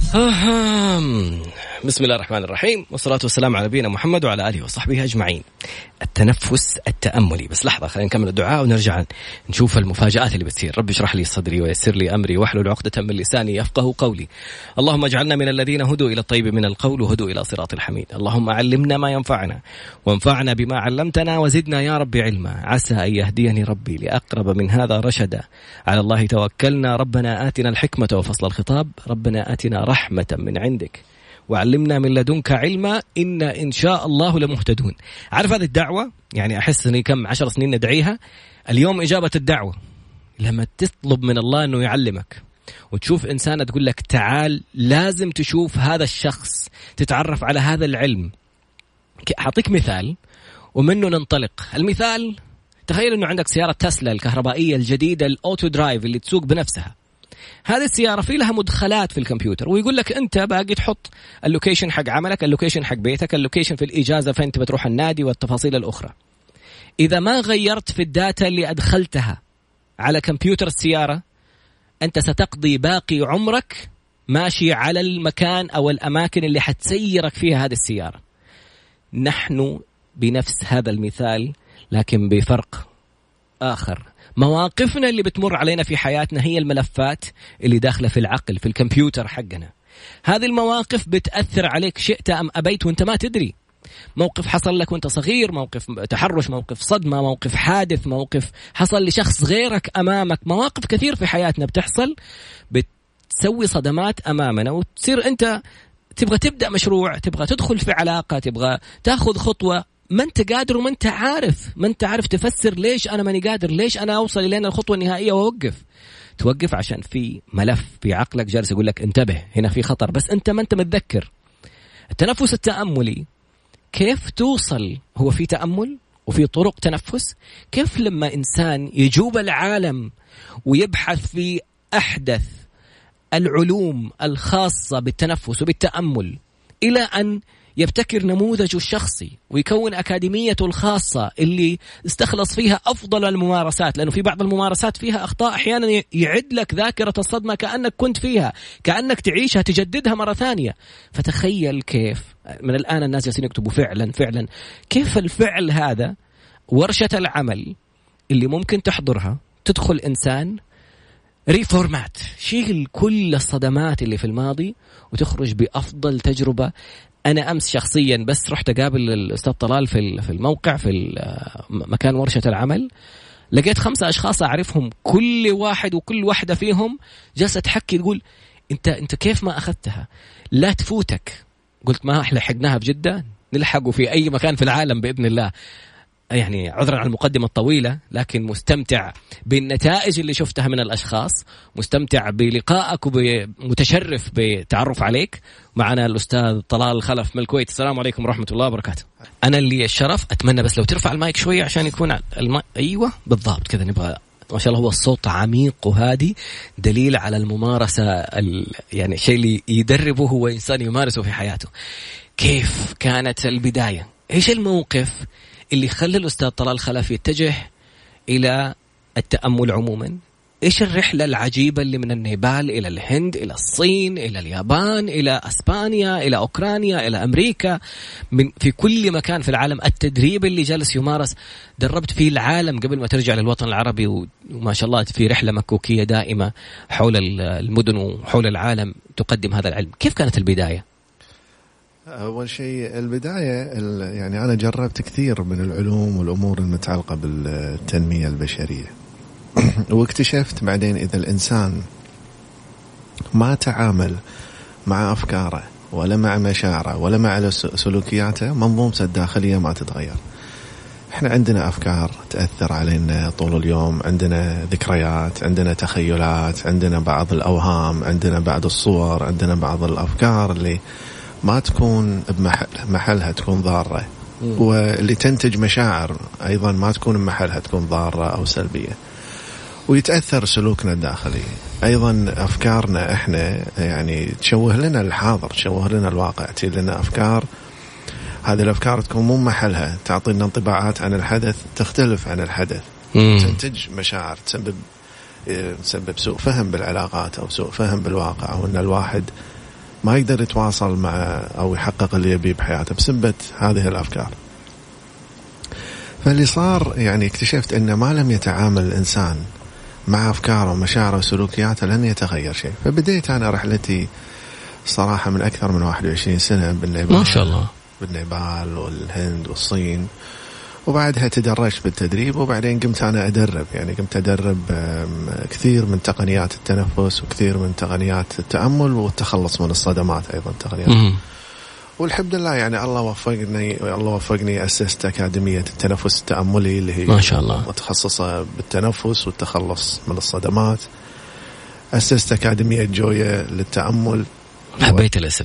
بسم الله الرحمن الرحيم، والصلاة والسلام على نبينا محمد وعلى آله وصحبه أجمعين. التنفس التأملي. بس لحظة، خلينا نكمل الدعاء ونرجع نشوف المفاجآت اللي بتصير. رب اشرح لي صدري ويسر لي أمري واحلل عقدة من لساني يفقه قولي. اللهم اجعلنا من الذين هدوا إلى الطيب من القول وهدوا إلى صراط الحميد. اللهم علمنا ما ينفعنا وانفعنا بما علمتنا وزدنا يا رب علما. عسى أن يهديني ربي لأقرب من هذا رشدا. على الله توكلنا. ربنا آتنا الحكمة وفصل الخطاب. ربنا آتنا رحمة من عندك وعلمنا من لدنك علما إن شاء الله لمهتدون. عارف هذه الدعوة؟ يعني أحس أني كم 10 سنين ندعيها. اليوم إجابة الدعوة لما تطلب من الله أنه يعلمك وتشوف إنسانة تقول لك تعال، لازم تشوف هذا الشخص، تتعرف على هذا العلم. أعطيك مثال ومنه ننطلق. المثال، تخيل أنه عندك سيارة تسلا الكهربائية الجديدة الأوتو درايف اللي تسوق بنفسها. هذه السيارة في لها مدخلات في الكمبيوتر، ويقول لك أنت باقي تحط اللوكيشن حق عملك، اللوكيشن حق بيتك، اللوكيشن في الإجازة فين تبى تروح النادي، والتفاصيل الأخرى. إذا ما غيرت في الداتا اللي أدخلتها على كمبيوتر السيارة، أنت ستقضي باقي عمرك ماشي على المكان أو الأماكن اللي حتسيرك فيها هذه السيارة. نحن بنفس هذا المثال لكن بفرق آخر. مواقفنا اللي بتمر علينا في حياتنا هي الملفات اللي داخلة في العقل في الكمبيوتر حقنا. هذه المواقف بتأثر عليك شئت أم أبيت وانت ما تدري. موقف حصل لك وانت صغير، موقف تحرش، موقف صدمة، موقف حادث، موقف حصل لشخص غيرك أمامك. مواقف كثير في حياتنا بتحصل بتسوي صدمات أمامنا، وتصير أنت تبغى تبدأ مشروع، تبغى تدخل في علاقة، تبغى تأخذ خطوة، ما انت قادر وما انت عارف تفسر ليش انا ماني قادر، ليش انا اوصل الى الخطوه النهائيه واوقف. توقف عشان في ملف في عقلك جالس يقول لك انتبه، هنا في خطر، بس انت ما انت متذكر. التنفس التأملي كيف توصل؟ هو في تأمل وفي طرق تنفس. كيف لما انسان يجوب العالم ويبحث في احدث العلوم الخاصه بالتنفس وبالتأمل الى ان يبتكر نموذجه الشخصي ويكون أكاديميته الخاصة اللي استخلص فيها أفضل الممارسات، لأنه في بعض الممارسات فيها أخطاء أحيانا يعد لك ذاكرة الصدمة كأنك كنت فيها، كأنك تعيشها تجددها مرة ثانية. فتخيل كيف من الآن الناس جالسين يكتبوا فعلا كيف الفعل هذا ورشة العمل اللي ممكن تحضرها، تدخل إنسان ريفورمات، شيل كل الصدمات اللي في الماضي وتخرج بأفضل تجربة. أنا أمس شخصيا بس رحت أقابل الأستاذ طلال في الموقع في مكان ورشة العمل، لقيت 5 أشخاص أعرفهم، كل واحد وكل واحدة فيهم جالسة تحكي تقول أنت كيف ما أخذتها، لا تفوتك. قلت ما لحقناها بجدة، نلحقه في أي مكان في العالم بإذن الله. يعني عذرا على المقدمة الطويلة، لكن مستمتع بالنتائج اللي شفتها من الأشخاص، مستمتع بلقائك ومتشرف بتعرف عليك. معنا الأستاذ طلال الخلف من الكويت. السلام عليكم ورحمة الله وبركاته. أنا اللي الشرف، أتمنى بس لو ترفع المايك شوية عشان يكون أيوة بالضبط كذا، نبغى ما شاء الله. هو الصوت عميق وهادي، دليل على الممارسة، يعني الشيء اللي يدربه هو إنسان يمارسه في حياته. كيف كانت البداية؟ إيش الموقف اللي خلى الأستاذ طلال الخلف يتجه إلى التأمل عموما؟ إيش الرحلة العجيبة اللي من النيبال إلى الهند إلى الصين إلى اليابان إلى أسبانيا إلى أوكرانيا إلى أمريكا، في كل مكان في العالم؟ التدريب اللي جالس يمارس، دربت فيه العالم قبل ما ترجع للوطن العربي، وما شاء الله في رحلة مكوكية دائمة حول المدن وحول العالم تقدم هذا العلم. كيف كانت البداية؟ أول شيء البداية يعني أنا جربت كثير من العلوم والأمور المتعلقة بالتنمية البشرية واكتشفت بعدين إذا الإنسان ما تعامل مع أفكاره ولا مع مشاعره ولا مع سلوكياته، منظومته الداخلية ما تتغير. إحنا عندنا أفكار تأثر علينا طول اليوم، عندنا ذكريات، عندنا تخيلات، عندنا بعض الأوهام، عندنا بعض الصور، عندنا بعض الأفكار اللي ما تكون بمحلها، تكون ضارة، واللي تنتج مشاعر أيضا ما تكون بمحلها، تكون ضارة أو سلبية، ويتأثر سلوكنا الداخلي. أيضا أفكارنا إحنا يعني تشوه لنا الحاضر، تشوه لنا الواقع، تشيل لنا أفكار، هذه الأفكار تكون مو محلها، تعطينا انطباعات عن الحدث تختلف عن الحدث، تنتج مشاعر تسبب سوء فهم بالعلاقات أو سوء فهم بالواقع، أو أن الواحد ما يقدر يتواصل مع أو يحقق اللي يبيه بحياته بسبب هذه الأفكار. فاللي صار يعني اكتشفت أن ما لم يتعامل الإنسان مع أفكاره ومشاعره وسلوكياته لن يتغير شيء. فبديت أنا رحلتي صراحة من أكثر من 21 سنة بالنيبال، ما شاء الله، بالنيبال والهند والصين، وبعدها تدرجت بالتدريب، وبعدين قمت أنا أدرب، يعني قمت أدرب كثير من تقنيات التنفس وكثير من تقنيات التأمل والتخلص من الصدمات أيضا تقنيات. والحمد لله يعني الله وفقني أسست أكاديمية التنفس التأملي اللي هي ما شاء الله متخصصة بالتنفس والتخلص من الصدمات. أسست أكاديمية جويا للتأمل، حبيت الاسم.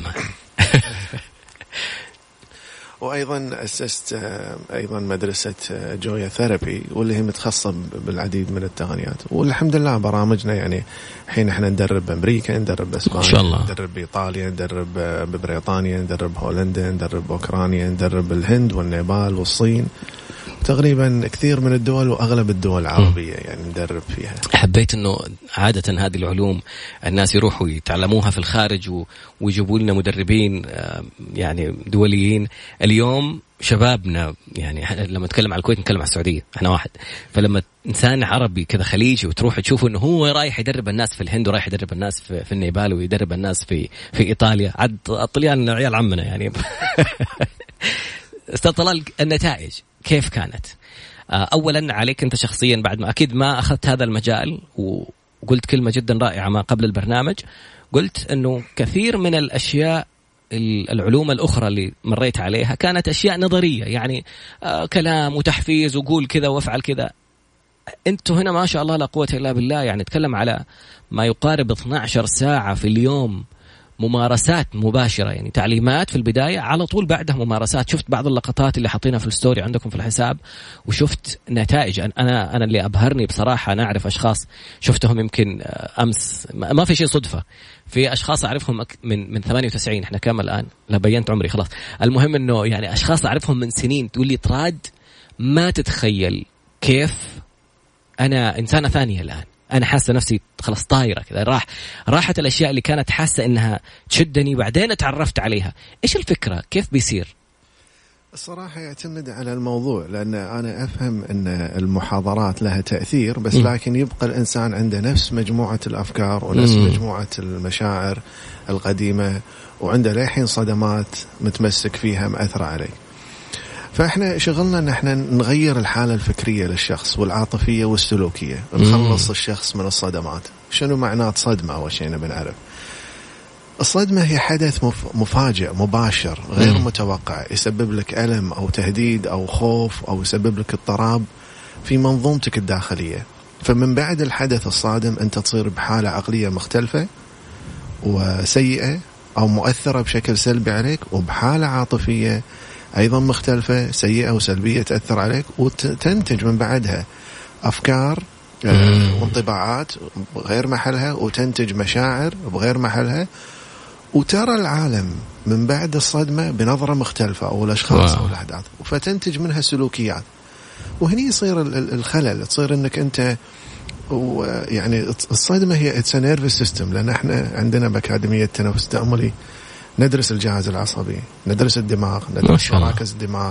وأيضا أسست أيضا مدرسة جويا ثيرابي، واللي هي متخصصة بالعديد من التقنيات. والحمد لله برامجنا يعني الحين احنا ندرب بأمريكا، ندرب بإسبانيا، ندرب بإيطاليا، ندرب ببريطانيا، ندرب هولندا، ندرب أوكرانيا، ندرب الهند والنيبال والصين، تقريبا كثير من الدول وأغلب الدول العربية يعني ندرب فيها. حبيت أنه عادة هذه العلوم الناس يروحوا يتعلموها في الخارج ويجيبوا لنا مدربين يعني دوليين. اليوم شبابنا يعني لما نتكلم على الكويت نتكلم على السعودية، احنا واحد. فلما إنسان عربي كذا خليجي وتروح تشوفه أنه هو رايح يدرب الناس في الهند ورايح يدرب الناس في النيبال ويدرب الناس في إيطاليا، عاد الطليان عيال عمنا يعني. أستاذ طلال، النتائج كيف كانت؟ أولا عليك أنت شخصيا، بعد ما أكيد ما أخذت هذا المجال، وقلت كلمة جدا رائعة ما قبل البرنامج، قلت أنه كثير من الأشياء العلوم الأخرى اللي مريت عليها كانت أشياء نظرية، يعني كلام وتحفيز وقول كذا وافعل كذا. أنتوا هنا ما شاء الله لا قوة إلا بالله، يعني تكلم على ما يقارب 12 ساعة في اليوم ممارسات مباشرة، يعني تعليمات في البداية على طول بعدها ممارسات. شفت بعض اللقطات اللي حاطينها في الستوري عندكم في الحساب وشفت نتائج. أنا اللي أبهرني بصراحة، أنا أعرف أشخاص شفتهم يمكن أمس، ما في شيء صدفة، في أشخاص أعرفهم من 98، إحنا كام الآن؟ لا بينت عمري خلاص. المهم إنه يعني أشخاص أعرفهم من سنين، تقول لي طراد ما تتخيل كيف أنا إنسانة ثانية الآن، أنا حاسة نفسي خلاص طايرة كذا، راحت الأشياء اللي كانت حاسة إنها تشدني بعدين اتعرفت عليها. إيش الفكرة؟ كيف بيصير؟ الصراحة يعتمد على الموضوع، لأن أنا أفهم أن المحاضرات لها تأثير، بس لكن يبقى الإنسان عنده نفس مجموعة الأفكار ونفس مجموعة المشاعر القديمة، وعنده لحين صدمات متمسك فيها مأثرة عليه. فإحنا شغلنا أن احنا نغير الحالة الفكرية للشخص والعاطفية والسلوكية، نخلص الشخص من الصدمات. شنو معنات صدمة؟ أول شيء بنعرف الصدمة هي حدث مفاجئ مباشر غير متوقع، يسبب لك ألم أو تهديد أو خوف أو يسبب لك اضطراب في منظومتك الداخلية. فمن بعد الحدث الصادم أنت تصير بحالة عقلية مختلفة وسيئة أو مؤثرة بشكل سلبي عليك، وبحالة عاطفية أيضا مختلفة سيئة وسلبية تأثر عليك، وتنتج من بعدها أفكار وانطباعات بغير محلها، وتنتج مشاعر بغير محلها، وترى العالم من بعد الصدمة بنظرة مختلفة، أو الأشخاص أو الأحداث، فتنتج منها سلوكيات. وهني يصير الخلل، تصير أنك أنت يعني الصدمة هي it's a nervous system، لأن احنا عندنا بأكاديمية التنفس التأملي ندرس الجهاز العصبي، ندرس الدماغ، ندرس مراكز الدماغ،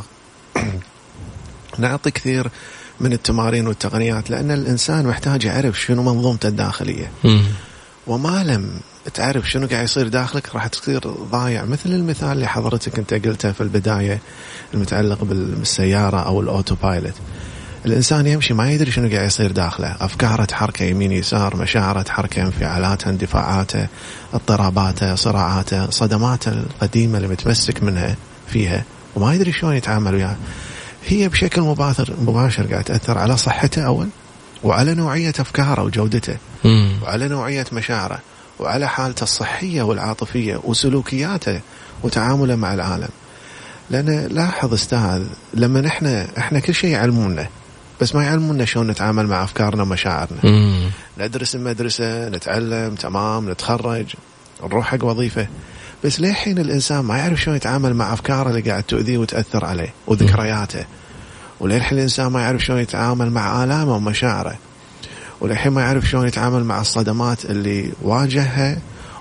نعطي كثير من التمارين والتقنيات، لأن الإنسان محتاج يعرف شنو منظومته الداخلية. وما لم تعرف شنو قاعد يصير داخلك راح تصير ضايع. مثل المثال اللي حضرتك انت قلته في البداية المتعلق بالسيارة أو الأوتو بايلوت، الإنسان يمشي ما يدري شنو قاعد يصير داخله، أفكاره تحركه يمين يسار، مشاعره تحركه، انفعالاته، اندفاعاته، اضطراباته، صراعاته، صدماته القديمة اللي متمسك منها فيها وما يدري شلون يتعامل وياها. هي بشكل مباشر قاعد تأثر على صحته أول، وعلى نوعية أفكاره وجودته، وعلى نوعية مشاعره، وعلى حالته الصحية والعاطفية وسلوكياته وتعامله مع العالم. لأن لاحظ أستاذ، لما إحنا كل شيء يعلمونا، بس ما يعلمونا شلون نتعامل مع أفكارنا ومشاعرنا. ندرس المدرسة، نتعلم، تمام، نتخرج، نروح حق وظيفة، بس لحين الإنسان ما يعرف شلون يتعامل مع أفكاره اللي قاعد تؤذيه وتأثر عليه وذكرياته، وللحين الإنسان ما يعرف شلون يتعامل مع آلامه ومشاعره، وللحين ما يعرف شلون يتعامل مع الصدمات اللي واجهها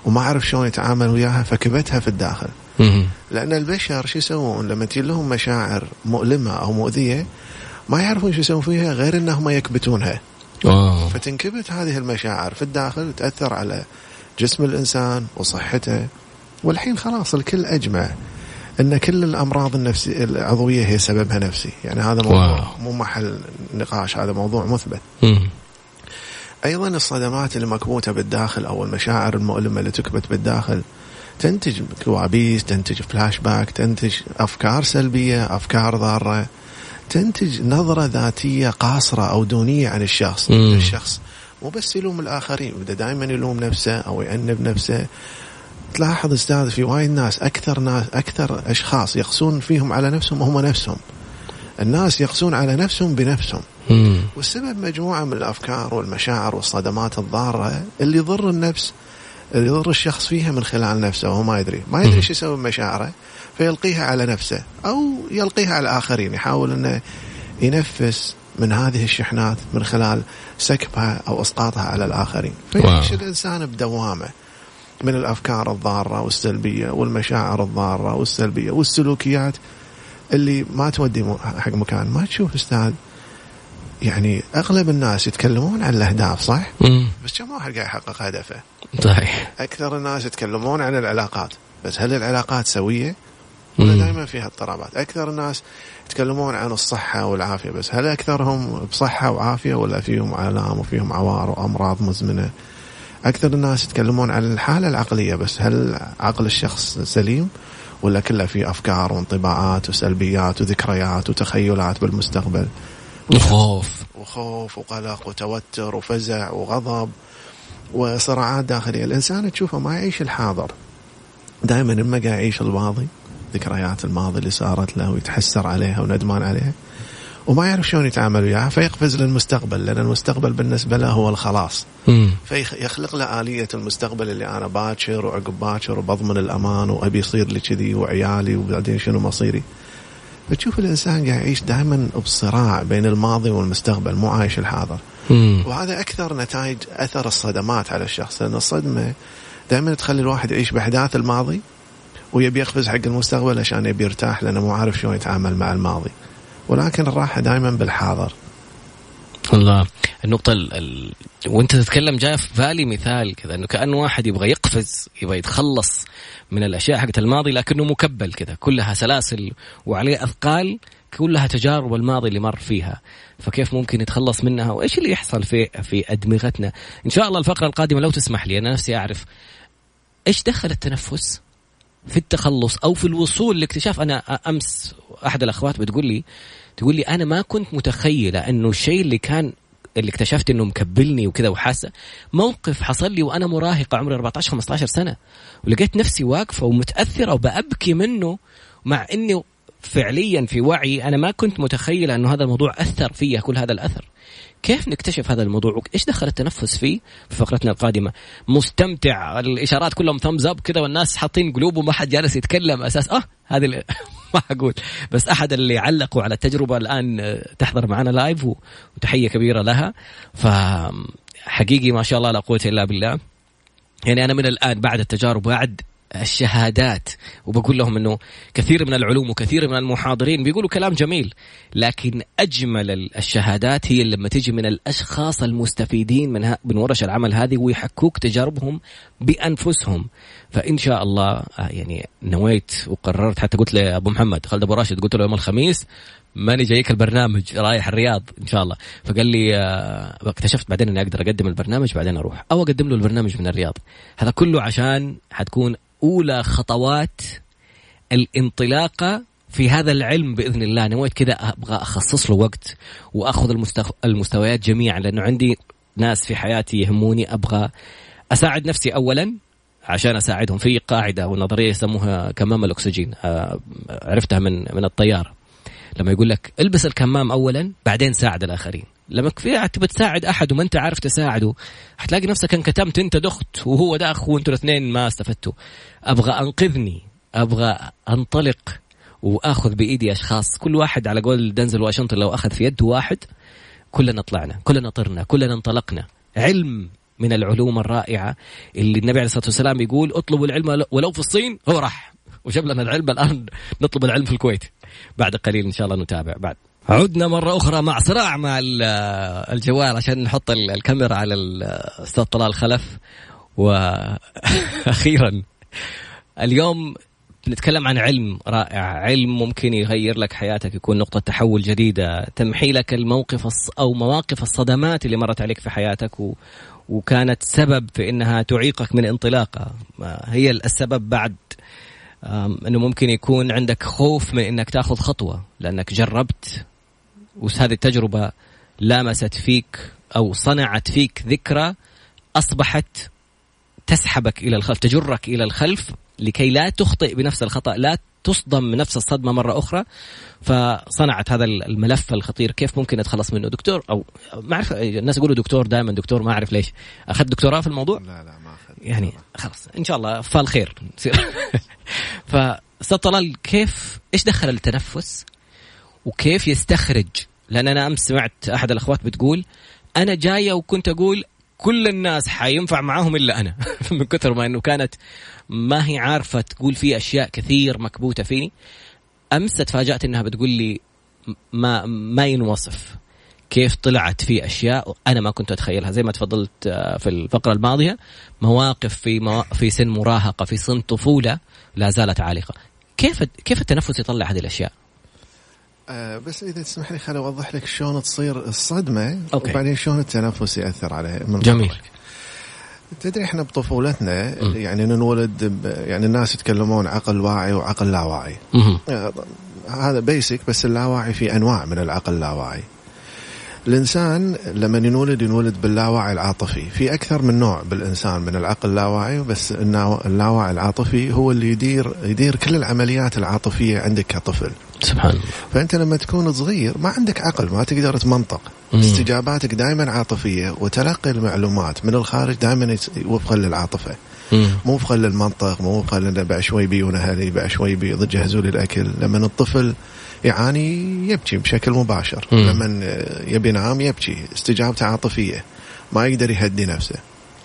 وما عرف شلون يتعامل وياها فكبتها في الداخل. لأن البشر شو يسوون لما تجي لهم مشاعر مؤلمة أو مؤذية ما يعرفون شو يسوون فيها غير أنهم يكبتونها. فتنكبت هذه المشاعر في الداخل تأثر على جسم الإنسان وصحته. والحين خلاص الكل أجمع أن كل الأمراض النفسية العضوية هي سببها نفسي. يعني هذا موضوع مو محل نقاش، هذا موضوع مثبت. أيضا الصدمات اللي مكبوتة بالداخل أو المشاعر المؤلمة اللي تكبت بالداخل تنتج كوابيس، تنتج فلاش باك، تنتج أفكار سلبية، أفكار ضارة، تنتج نظرة ذاتية قاصرة أو دونية عن الشخص. الشخص مو بس يلوم الآخرين، بدأ دائما يلوم نفسه أو يأنب نفسه. تلاحظ أستاذ في وايد ناس أكثر أشخاص يقسون فيهم على نفسهم هم نفسهم. الناس يقسون على نفسهم بنفسهم. والسبب مجموعة من الأفكار والمشاعر والصدمات الضارة اللي يضر النفس، اللي يضر الشخص فيها من خلال نفسه وهو ما يدري شو يسوي بمشاعره، فيلقيها على نفسه أو يلقيها على الآخرين. يحاول أنه ينفس من هذه الشحنات من خلال سكبها أو إسقاطها على الآخرين. فيعيش الإنسان بدوامة من الأفكار الضارة والسلبية والمشاعر الضارة والسلبية والسلوكيات اللي ما تودي حق مكان. ما تشوف أستاذ يعني أغلب الناس يتكلمون عن الأهداف صح؟ بس كم واحد قاعد يحقق هدفه؟ صحيح. أكثر الناس يتكلمون عن العلاقات، بس هل العلاقات سوية؟ ولا دائما فيها اضطرابات؟ أكثر الناس يتكلمون عن الصحة والعافية، بس هل أكثرهم بصحة وعافية ولا فيهم آلام وفيهم عوار وأمراض مزمنة؟ أكثر الناس يتكلمون عن الحالة العقلية، بس هل عقل الشخص سليم ولا كله فيه أفكار وانطباعات وسلبيات وذكريات وتخيلات بالمستقبل وخوف وقلق وتوتر وفزع وغضب وصراعات داخلية؟ الإنسان تشوفه ما يعيش الحاضر، دائما إما قاعد يعيش الماضي، ذكريات الماضي اللي صارت له ويتحسر عليها وندمان عليها وما يعرف شلون يتعامل وياها، فيقفز للمستقبل لأن المستقبل بالنسبة له هو الخلاص. فيخلق له آلية المستقبل اللي أنا باكر وعقب باكر وبضمن الأمان وأبي يصير لي كذي وعيالي وبعدين شنو مصيري. فتشوف الإنسان قاعد يعيش دائما بصراع بين الماضي والمستقبل، مو عايش الحاضر. وهذا أكثر نتائج أثر الصدمات على الشخص، لأن الصدمة دائما تخلي الواحد يعيش بأحداث الماضي ويبي يقفز حق المستقبل عشان يبي يرتاح لأنه مو عارف شلون يتعامل مع الماضي. ولكن الراحة دائما بالحاضر. الله النقطة وانت تتكلم جاء في بالي مثال كذا انه كأنه واحد يبغى يقفز، يبغى يتخلص من الاشياء حقت الماضي لكنه مكبل كذا، كلها سلاسل وعليه اثقال، كلها تجارب الماضي اللي مر فيها، فكيف ممكن يتخلص منها وايش اللي يحصل في ادمغتنا. ان شاء الله الفقرة القادمة لو تسمح لي انا نفسي اعرف ايش دخل التنفس في التخلص او في الوصول لاكتشاف. انا امس احد الاخوات تقول لي انا ما كنت متخيله انه الشيء اللي اكتشفت انه مكبلني وكذا، وحاسه موقف حصل لي وانا مراهقه عمري 14-15 سنه ولقيت نفسي واقفه ومتاثره وبأبكي منه، مع انه فعليا في وعي انا ما كنت متخيله انه هذا الموضوع اثر فيا كل هذا الاثر. كيف نكتشف هذا الموضوع؟ ايش دخل التنفس فيه؟ في فقرتنا القادمه. مستمتع، الاشارات كلهم ثامز اب كذا والناس حاطين قلوبهم، ما حد جالس يتكلم اساس هذه ما اقول، بس احد اللي علقوا على التجربه الان تحضر معنا لايف وتحيه كبيره لها. فحقيقي ما شاء الله لا قوه الا بالله. يعني انا من الان بعد التجارب بعد الشهادات وبقول لهم انه كثير من العلوم وكثير من المحاضرين بيقولوا كلام جميل، لكن اجمل الشهادات هي لما تيجي من الاشخاص المستفيدين من ورش العمل هذه ويحكوك تجاربهم بانفسهم. فان شاء الله يعني نويت وقررت، حتى قلت لابو محمد خالد ابو راشد، قلت له يوم الخميس ماني جايك البرنامج، رايح الرياض ان شاء الله. فقال لي اكتشفت بعدين اني اقدر اقدم البرنامج بعدين اروح او اقدم له البرنامج من الرياض. هذا كله عشان حتكون أولى خطوات الانطلاقة في هذا العلم بإذن الله. نويت كذا أبغى أخصص له وقت وأخذ المستويات جميعا، لأنه عندي ناس في حياتي يهموني، أبغى أساعد نفسي أولا عشان أساعدهم. في قاعدة ونظرية يسموها كمام الأكسجين، عرفتها من الطيارة، لما يقول لك البس الكمام أولا بعدين ساعد الآخرين. لما كفي تبى تساعد أحد وما أنت عارف تساعده هتلاقي نفسك انكتمت، أنت دخت وهو داخ وأنتوا الاثنين ما استفدتوا. أبغى أنقذني، أبغى أنطلق وأخذ بإيدي أشخاص، كل واحد على قول دنزل واشنطن لو أخذ في يد واحد كلنا طلعنا، كلنا طرنا، كلنا انطلقنا. علم من العلوم الرائعة اللي النبي عليه الصلاة والسلام يقول اطلبوا العلم ولو في الصين، هو راح وجاب لنا العلم. الآن نطلب العلم في الكويت. بعد قليل إن شاء الله نتابع. بعد عدنا مرة أخرى مع صراع مع الجوال عشان نحط الكاميرا على الأستاذ طلال خلف. وأخيرا اليوم نتكلم عن علم رائع، علم ممكن يغير لك حياتك، يكون نقطة تحول جديدة، تمحي لك الموقف أو مواقف الصدمات اللي مرت عليك في حياتك وكانت سبب في إنها تعيقك من انطلاقة. هي السبب بعد أنه ممكن يكون عندك خوف من إنك تأخذ خطوة لأنك جربت، وهذه التجربة لامست فيك أو صنعت فيك ذكرى أصبحت تسحبك إلى الخلف، تجرك إلى الخلف لكي لا تخطئ بنفس الخطأ، لا تصدم بنفس الصدمة مرة أخرى. فصنعت هذا الملف الخطير. كيف ممكن أتخلص منه؟ دكتور أو ما أعرف، الناس يقولوا دكتور دائما دكتور، ما أعرف ليش. أخذت دكتوراه في الموضوع؟ لا ما أخذت يعني خلاص إن شاء الله فالخير. فأستاذ طلال، إيش دخل التنفس وكيف يستخرج؟ لأن أنا أمس سمعت أحد الأخوات بتقول أنا جاية وكنت أقول كل الناس حينفع معاهم إلا أنا من كثر ما أنه كانت ما هي عارفة تقول فيه أشياء كثير مكبوتة فيني. أمس تفاجأت أنها بتقول لي ما ينوصف كيف طلعت فيه أشياء أنا ما كنت أتخيلها. زي ما تفضلت في الفقرة الماضية، مواقف في سن مراهقة، في سن طفولة لا زالت عالقة. كيف التنفس يطلع هذه الأشياء؟ بس إذا تسمح لي خليني أوضح لك شلون تصير الصدمة. أوكي. وبعدين شلون التنفس يأثر عليه. جميل. تدري إحنا بطفولتنا يعني ننولد يعني الناس يتكلمون عقل واعي وعقل لا واعي. هذا بيسك، بس اللاواعي في أنواع من العقل اللاواعي. الإنسان لما ينولد باللاواعي العاطفي. في أكثر من نوع بالإنسان من العقل اللاواعي، بس اللاواعي العاطفي هو اللي يدير كل العمليات العاطفية عندك كطفل. سبحان الله. فأنت لما تكون صغير ما عندك عقل، ما تقدر تمنطق. استجاباتك دائما عاطفية، وتلقي المعلومات من الخارج دائما وفقا للعاطفة، مو وفقا للمنطق، مو وفقا لنا بقى شوي بيون أهلي، بقى شوي بيجهزوا لي الأكل. لما الطفل يعاني يبكي بشكل مباشر، لما يبي ينام يبكي، استجابته عاطفية، ما يقدر يهدي نفسه.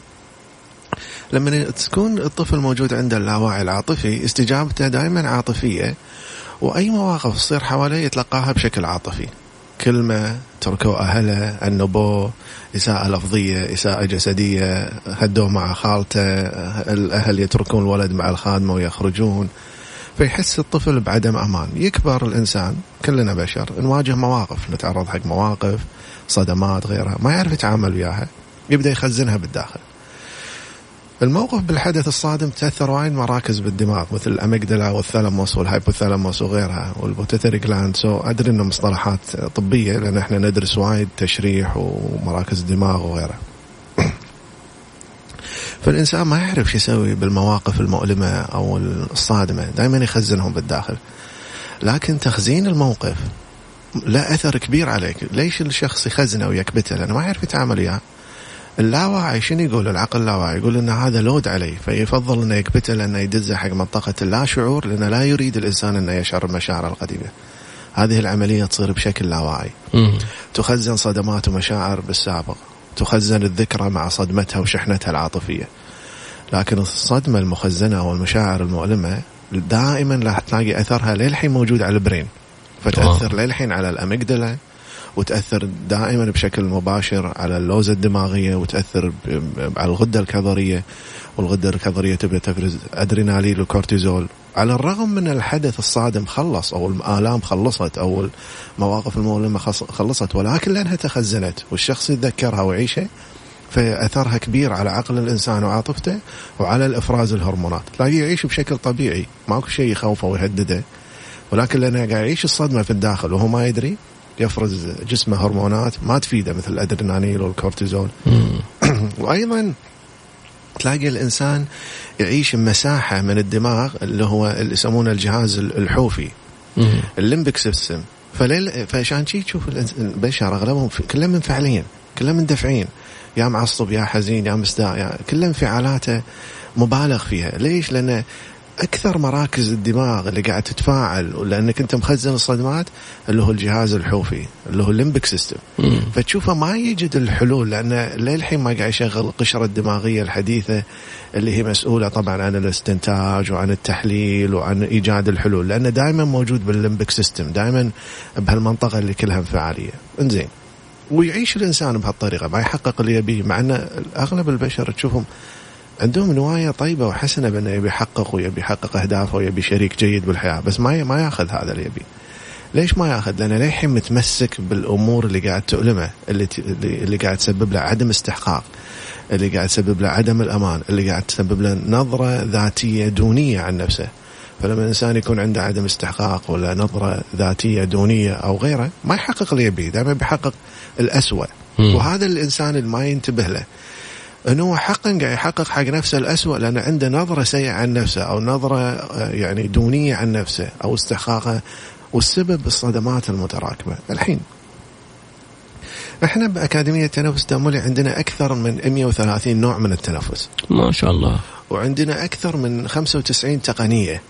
لما تكون الطفل موجود عنده اللاواعي العاطفي، استجابته دائما عاطفية، وأي مواقف تصير حواليه يتلقاها بشكل عاطفي. كلمة تركوا أهله، النبو، إساءة لفظية، إساءة جسدية، هدوا مع خالته، الأهل يتركون الولد مع الخادمة ويخرجون. فيحس الطفل بعدم أمان. يكبر الإنسان، كلنا بشر، نواجه مواقف، نتعرض حق مواقف، صدمات، غيرها، ما يعرف يتعامل وياها، يبدأ يخزنها بالداخل. الموقف بالحدث الصادم تأثر وايد مراكز بالدماغ، مثل الأميجدلا والثالاموس والهايبوثالاموس وغيرها، والبوتيتري جلاند. أدري إنه مصطلحات طبية لأن إحنا ندرس وايد تشريح ومراكز الدماغ وغيرها. فالإنسان ما يعرف شو يسوي بالمواقف المؤلمة أو الصادمة، دائما يخزنهم بالداخل. لكن تخزين الموقف لا أثر كبير عليك. ليش الشخص يخزنه ويكبته؟ لأنه ما يعرف يتعامل وياه. اللاواعي شنو يقول؟ العقل اللاواعي يقول إن هذا لود عليه، فيفضل إنه يكبته لأنه يدزه حق منطقة اللا شعور، لأنه لا يريد الإنسان إنه يشعر بمشاعر القديمة. هذه العملية تصير بشكل لاواعي. تخزن صدمات ومشاعر بالسابق، تخزن الذكرى مع صدمتها وشحنتها العاطفية. لكن الصدمة المخزنة والمشاعر المؤلمة دائما راح تلاقي أثرها للحين موجود على البرين، فتأثر للحين على الأميجدلا، وتأثر دائما بشكل مباشر على اللوزة الدماغية، وتأثر على الغدة الكظرية، والغدة الكظرية تبدأ تفرز أدرينالين وكورتيزول. على الرغم من الحدث الصادم خلص، أو الآلام خلصت، أو المواقف المؤلمة خلصت، ولكن لأنها تخزنت والشخص يتذكرها ويعيشها، فأثرها كبير على عقل الإنسان وعاطفته وعلى الإفراز الهرمونات. تلاقيه يعيش بشكل طبيعي، ماكو شيء يخوفه ويهدده، ولكن لأنه قاعد يعيش الصدمة في الداخل وهو ما يدري، يفرز جسمه هرمونات ما تفيده مثل الأدرينالين والكورتيزول. وأيضا تلاقي الإنسان يعيش مساحة من الدماغ اللي هو اللي يسمونه الجهاز الحوفي، الليمبك سيستم. فعشان شي تشوف البشر أغلبهم كلهم منفعلين، كلهم مندفعين، يا معصب يا حزين يا مستاء، كل انفعالاته مبالغ فيها. ليش؟ لأن أكثر مراكز الدماغ اللي قاعد تتفاعل، لأنك أنت مخزن الصدمات اللي هو الجهاز الحوفي اللي هو الليمبك سيستم. فتشوفه ما يجد الحلول، لأنه للحين ما قاعد يشغل القشرة الدماغية الحديثة اللي هي مسؤولة طبعا عن الاستنتاج وعن التحليل وعن إيجاد الحلول، لأنه دائما موجود بالليمبك سيستم، دائما بهالمنطقة اللي كلها انفعالية. إنزين، ويعيش الإنسان بهالطريقة ما يحقق اللي يبيه، مع أن أغلب البشر تشوفهم عندهم نوايا طيبة وحسنة بأنه يبي يحقق ويبي يحقق أهدافه ويبي شريك جيد بالحياة، بس ما يأخذ هذا اللي يبي. ليش ما يأخذ؟ لأنه للحين متمسك بالأمور اللي قاعد تؤلمه، اللي قاعد تسبب له عدم استحقاق، اللي قاعد تسبب له عدم الأمان، اللي قاعد تسبب له نظرة ذاتية دونية عن نفسه. فلما الإنسان يكون عنده عدم استحقاق ولا نظرة ذاتية دونية أو غيره، ما يحقق اللي يبيه، دائما بيحقق الأسوأ. وهذا الإنسان اللي ما ينتبه له أنه هو حقا قاعد يحقق حق نفسه الأسوأ، لأنه عنده نظرة سيئة عن نفسه أو نظرة يعني دونية عن نفسه أو استحقاقه، والسبب الصدمات المتراكمة. الحين احنا بأكاديمية التنفس التأملي عندنا أكثر من 130 نوع من التنفس ما شاء الله، وعندنا أكثر من 95 تقنية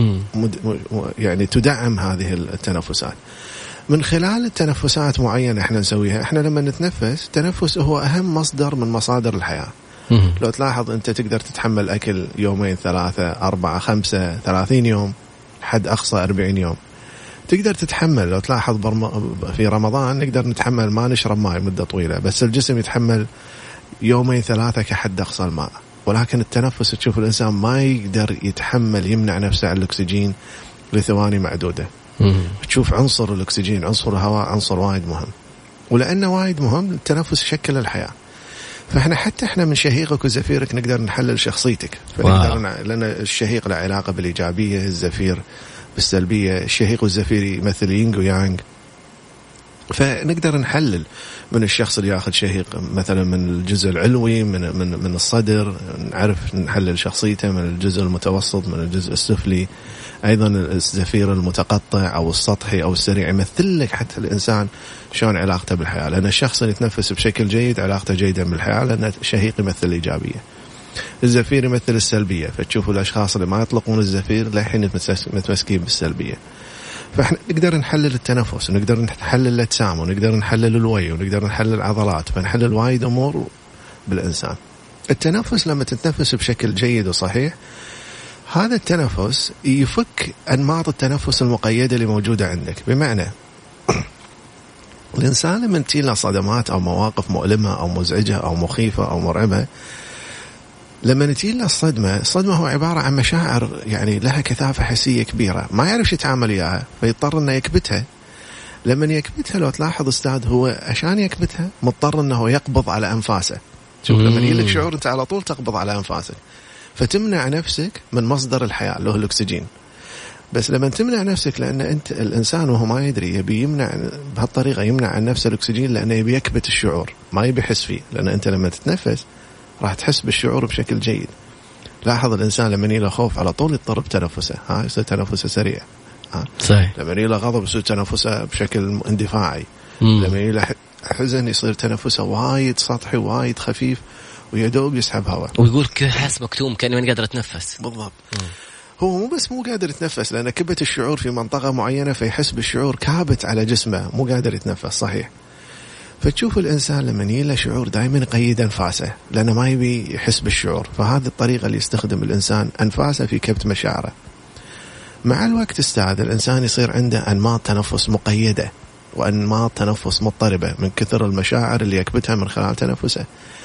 يعني تدعم هذه التنفسات. من خلال التنفسات معينة احنا نسويها. احنا لما نتنفس، التنفس هو أهم مصدر من مصادر الحياة. لو تلاحظ أنت تقدر تتحمل أكل يومين 3 4 5 30 يوم، حد أقصى 40 يوم تقدر تتحمل. لو تلاحظ في رمضان نقدر نتحمل ما نشرب ماء مدة طويلة، بس الجسم يتحمل يومين 3 كحد أقصى الماء. ولكن التنفس تشوف الإنسان ما يقدر يتحمل يمنع نفسه عن الأكسجين لثواني معدودة. تشوف عنصر الأكسجين، عنصر الهواء، عنصر وايد مهم، ولأنه وايد مهم التنفس يشكل الحياة. فإحنا حتى إحنا من شهيقك وزفيرك نقدر نحلل شخصيتك. لأن الشهيق له علاقة بالإيجابية، الزفير بالسلبية. الشهيق والزفير يمثل يينغ ويانغ، فنقدر نحلل من الشخص اللي ياخذ شهيق مثلا من الجزء العلوي من الصدر، نعرف نحلل شخصيته من الجزء المتوسط، من الجزء السفلي. أيضا الزفير المتقطع أو السطحي أو السريع يمثل لك حتى الإنسان شلون علاقته بالحياة. لأن الشخص اللي يتنفس بشكل جيد علاقته جيدة بالحياة، لأن الشهيق يمثل الإيجابية، الزفير يمثل السلبية. فتشوفوا الأشخاص اللي ما يطلقون الزفير لحين متمسكين بالسلبية. فإحنا نقدر نحلل التنفس، ونقدر نحلل الأجسام، ونقدر نحلل الوعي، ونقدر نحلل العضلات، فنحلل وايد أمور بالإنسان. التنفس لما تتنفس بشكل جيد وصحيح، هذا التنفس يفك أنماط التنفس المقيدة اللي موجودة عندك. بمعنى الإنسان لما تجيله صدمات أو مواقف مؤلمة أو مزعجة أو مخيفة أو مرعبة، لما نتيجة الصدمة هو عبارة عن مشاعر يعني لها كثافة حسية كبيرة، ما يعرف يتعامل إياها، فيضطر إنه يكبتها. لما يكبتها لو تلاحظ أستاذ، هو عشان يكبتها مضطر إنه يقبض على أنفاسه. شوف لما يجيلك شعور أنت على طول تقبض على أنفاسك، فتمنع نفسك من مصدر الحياة اللي هو الأكسجين. بس لما تمنع نفسك، لأن أنت الإنسان وهو ما يدري يبي يمنع بهالطريقة، يمنع عن نفسه الأكسجين، لأنه يبي يكبت الشعور، ما يبي يحس فيه. لأن أنت لما تتنفس راح تحس بالشعور بشكل جيد. لاحظ الإنسان لما يله خوف على طول يضطرب تنفسه، يصير تنفسه سريع. صحيح. لما يله غضب يصير تنفسه بشكل اندفاعي. لما يله حزن يصير تنفسه وايد سطحي وايد خفيف، ويدوب يسحب هواء، ويقول كذا حاس مكتوم كأنه ما قادر يتنفس. بالضبط. هو مو بس مو قادر يتنفس، لأن كبت الشعور في منطقة معينة، فيحس بالشعور كابت على جسمه، مو قادر يتنفس. صحيح. فتشوف الإنسان لما يله شعور دائما يقيد أنفاسه، لأنه ما يبي يحس بالشعور. فهذه الطريقة اللي يستخدم الإنسان أنفاسه في كبت مشاعره. مع الوقت استاذ الإنسان يصير عنده أنماط تنفس مقيدة وأنماط تنفس مضطربة من كثر المشاعر اللي يكبتها من خلال تنفسه،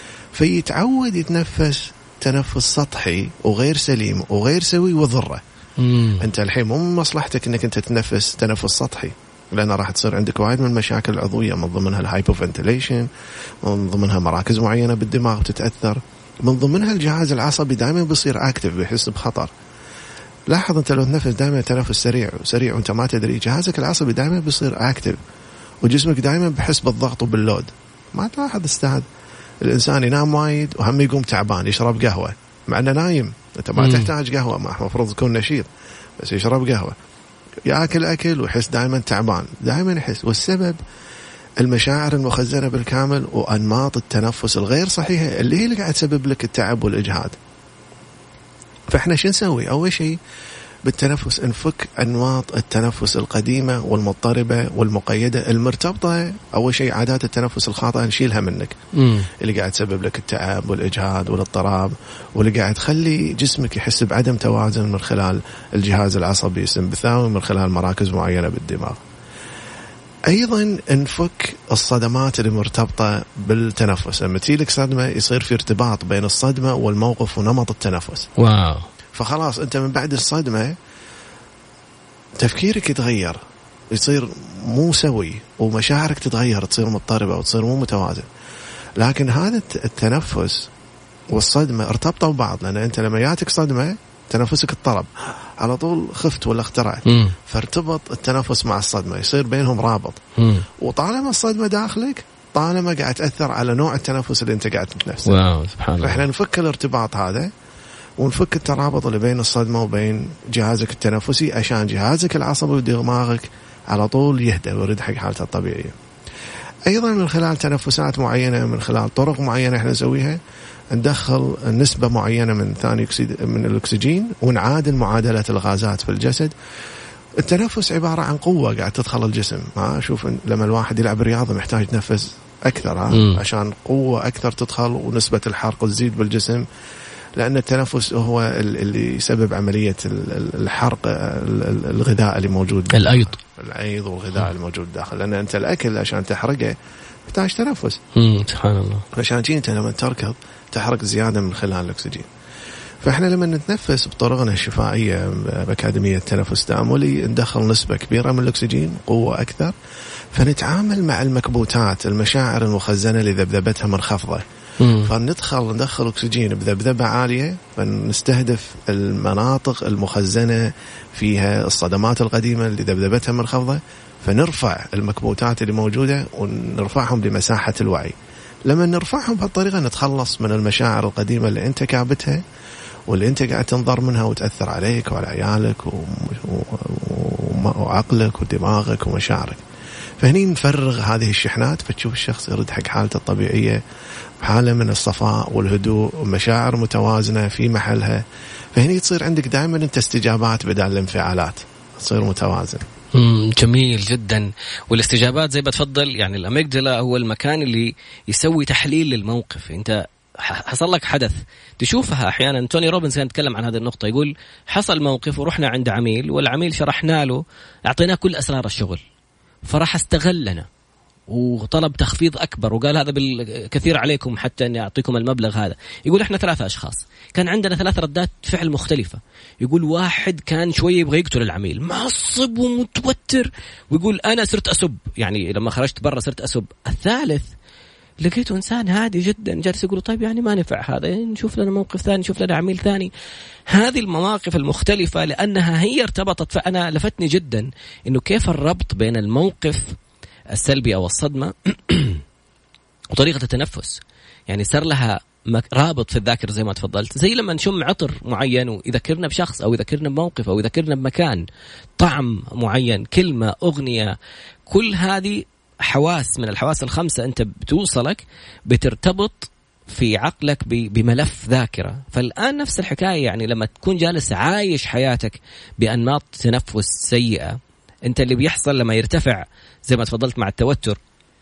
فيتعود يتنفس تنفس سطحي وغير سليم وغير سوي وضره. أنت الحين مو من مصلحتك أنك أنت تتنفس تنفس سطحي، لأن راح تصير عندك وايد من المشاكل العضوية، من ضمنها الهايبوفنتيليشن، من ضمنها مراكز معينة بالدماغ بتتأثر، من ضمنها الجهاز العصبي دائما بيصير أكتف، بيحس بخطر. لاحظ أنت لو تنفس دائما تنفس سريع وأنت ما تدري، جهازك العصبي دائما بيصير أكتف، وجسمك دائما بحس بالضغط وباللود. ما تلاحظ استاذ الإنسان ينام وايد وهم يقوم تعبان يشرب قهوة مع أنه نايم؟ أنت ما تحتاج قهوة، ما مفروض تكون نشيط، بس يشرب قهوة، يأكل أكل ويحس دائما تعبان، دائما يحس. والسبب المشاعر المخزنة بالكامل وأنماط التنفس الغير صحيحة اللي هي اللي قاعد تسبب لك التعب والإجهاد. فإحنا شو نسوي؟ أول شيء بالتنفس نفك أنماط التنفس القديمة والمضطربة والمقيدة المرتبطة. أول شيء عادات التنفس الخاطئة نشيلها منك، اللي قاعد تسبب لك التعب والإجهاد والاضطراب، واللي قاعد تخلي جسمك يحس بعدم توازن من خلال الجهاز العصبي السمبثاوي، من خلال مراكز معينة بالدماغ. أيضا نفك الصدمات اللي مرتبطة بالتنفس. لما تجيلك صدمة يصير في ارتباط بين الصدمة والموقف ونمط التنفس. واو. فخلاص أنت من بعد الصدمة تفكيرك يتغير، يصير مو سوي، ومشاعرك تتغير، تصير مضطربة وتصير مو متوازن. لكن هذا التنفس والصدمة ارتبطوا ببعض، لأن أنت لما جاتك صدمة تنفسك اضطرب على طول، خفت ولا اخترعت، فارتبط التنفس مع الصدمة، يصير بينهم رابط. وطالما الصدمة داخلك طالما قاعد تأثر على نوع التنفس اللي أنت قاعد تتنفسه. واو سبحان الله. فإحنا نفك الارتباط هذا ونفك الترابط اللي بين الصدمة وبين جهازك التنفسي، عشان جهازك العصبي ودماغك على طول يهدى ويرد حق حالته الطبيعية. أيضا من خلال تنفسات معينة، من خلال طرق معينة احنا نسويها، ندخل نسبة معينة من ثاني أكسيد من الأكسجين، ونعادل معادلة الغازات في الجسد. التنفس عبارة عن قوة قاعد تدخل الجسم. شوف لما الواحد يلعب رياضة محتاج يتنفس أكثر عشان قوة أكثر تدخل ونسبة الحرق تزيد بالجسم، لأن التنفس هو اللي يسبب عملية الحرق الغذاء اللي موجود، الأيض والغذاء الموجود داخل. لأن أنت الأكل عشان تحرقه تحتاج تنفس. سبحان الله. عشان تجي أنت لما تركض تحرق زيادة من خلال الأكسجين. فإحنا لما نتنفس بطرقنا الشفائية بأكاديمية التنفس التأملي ندخل نسبة كبيرة من الأكسجين، قوة أكثر، فنتعامل مع المكبوتات، المشاعر المخزنة اللي ذبذبتها منخفضة. فندخل أكسجين بذبذبة عالية، فنستهدف المناطق المخزنة فيها الصدمات القديمة اللي ذبذبتها منخفضة، فنرفع المكبوتات اللي موجودة ونرفعهم لمساحة الوعي. لما نرفعهم بهالطريقة نتخلص من المشاعر القديمة اللي أنت كابتها واللي أنت قاعد تنظر منها وتأثر عليك وعلى عيالك وعقلك ودماغك ومشاعرك. فهني نفرغ هذه الشحنات، فتشوف الشخص يرد حق حالته الطبيعية بحالة من الصفاء والهدوء ومشاعر متوازنة في محلها. فهني تصير عندك دائما انت استجابات بدل الانفعالات، تصير متوازن. جميل جدا. والاستجابات زي ما تفضل، يعني الأميجدلا هو المكان اللي يسوي تحليل للموقف. انت حصل لك حدث تشوفها أحيانا. توني روبنز كان يتكلم عن هذه النقطة، يقول حصل موقف ورحنا عند عميل، والعميل شرحنا له، أعطيناه كل أسرار الشغل، فراح استغلنا وطلب تخفيض أكبر، وقال هذا بالكثير عليكم حتى أن يعطيكم المبلغ هذا. يقول إحنا 3 أشخاص، كان عندنا 3 ردات فعل مختلفة. يقول واحد كان شوية يبغى يقتل العميل، معصب ومتوتر، ويقول أنا صرت أسب، يعني لما خرجت برا صرت أسب. الثالث لقيته إنسان هادي جدا، جالس يقول طيب يعني ما نفع هذا، نشوف لنا موقف ثاني، نشوف لنا عميل ثاني. هذه المواقف المختلفة لأنها هي ارتبطت. فأنا لفتني جدا إنه كيف الربط بين الموقف السلبي أو الصدمة وطريقة التنفس، يعني صار لها رابط في الذاكرة زي ما تفضلت. زي لما نشم عطر معين ويذكرنا بشخص أو يذكرنا بموقف أو يذكرنا بمكان، طعم معين، كلمة، أغنية، كل هذه حواس من الحواس ال5 أنت بتوصلك، بترتبط في عقلك بملف ذاكرة. فالآن نفس الحكاية، يعني لما تكون جالس عايش حياتك بأنماط تنفس سيئة، أنت اللي بيحصل لما يرتفع زي ما تفضلت مع التوتر،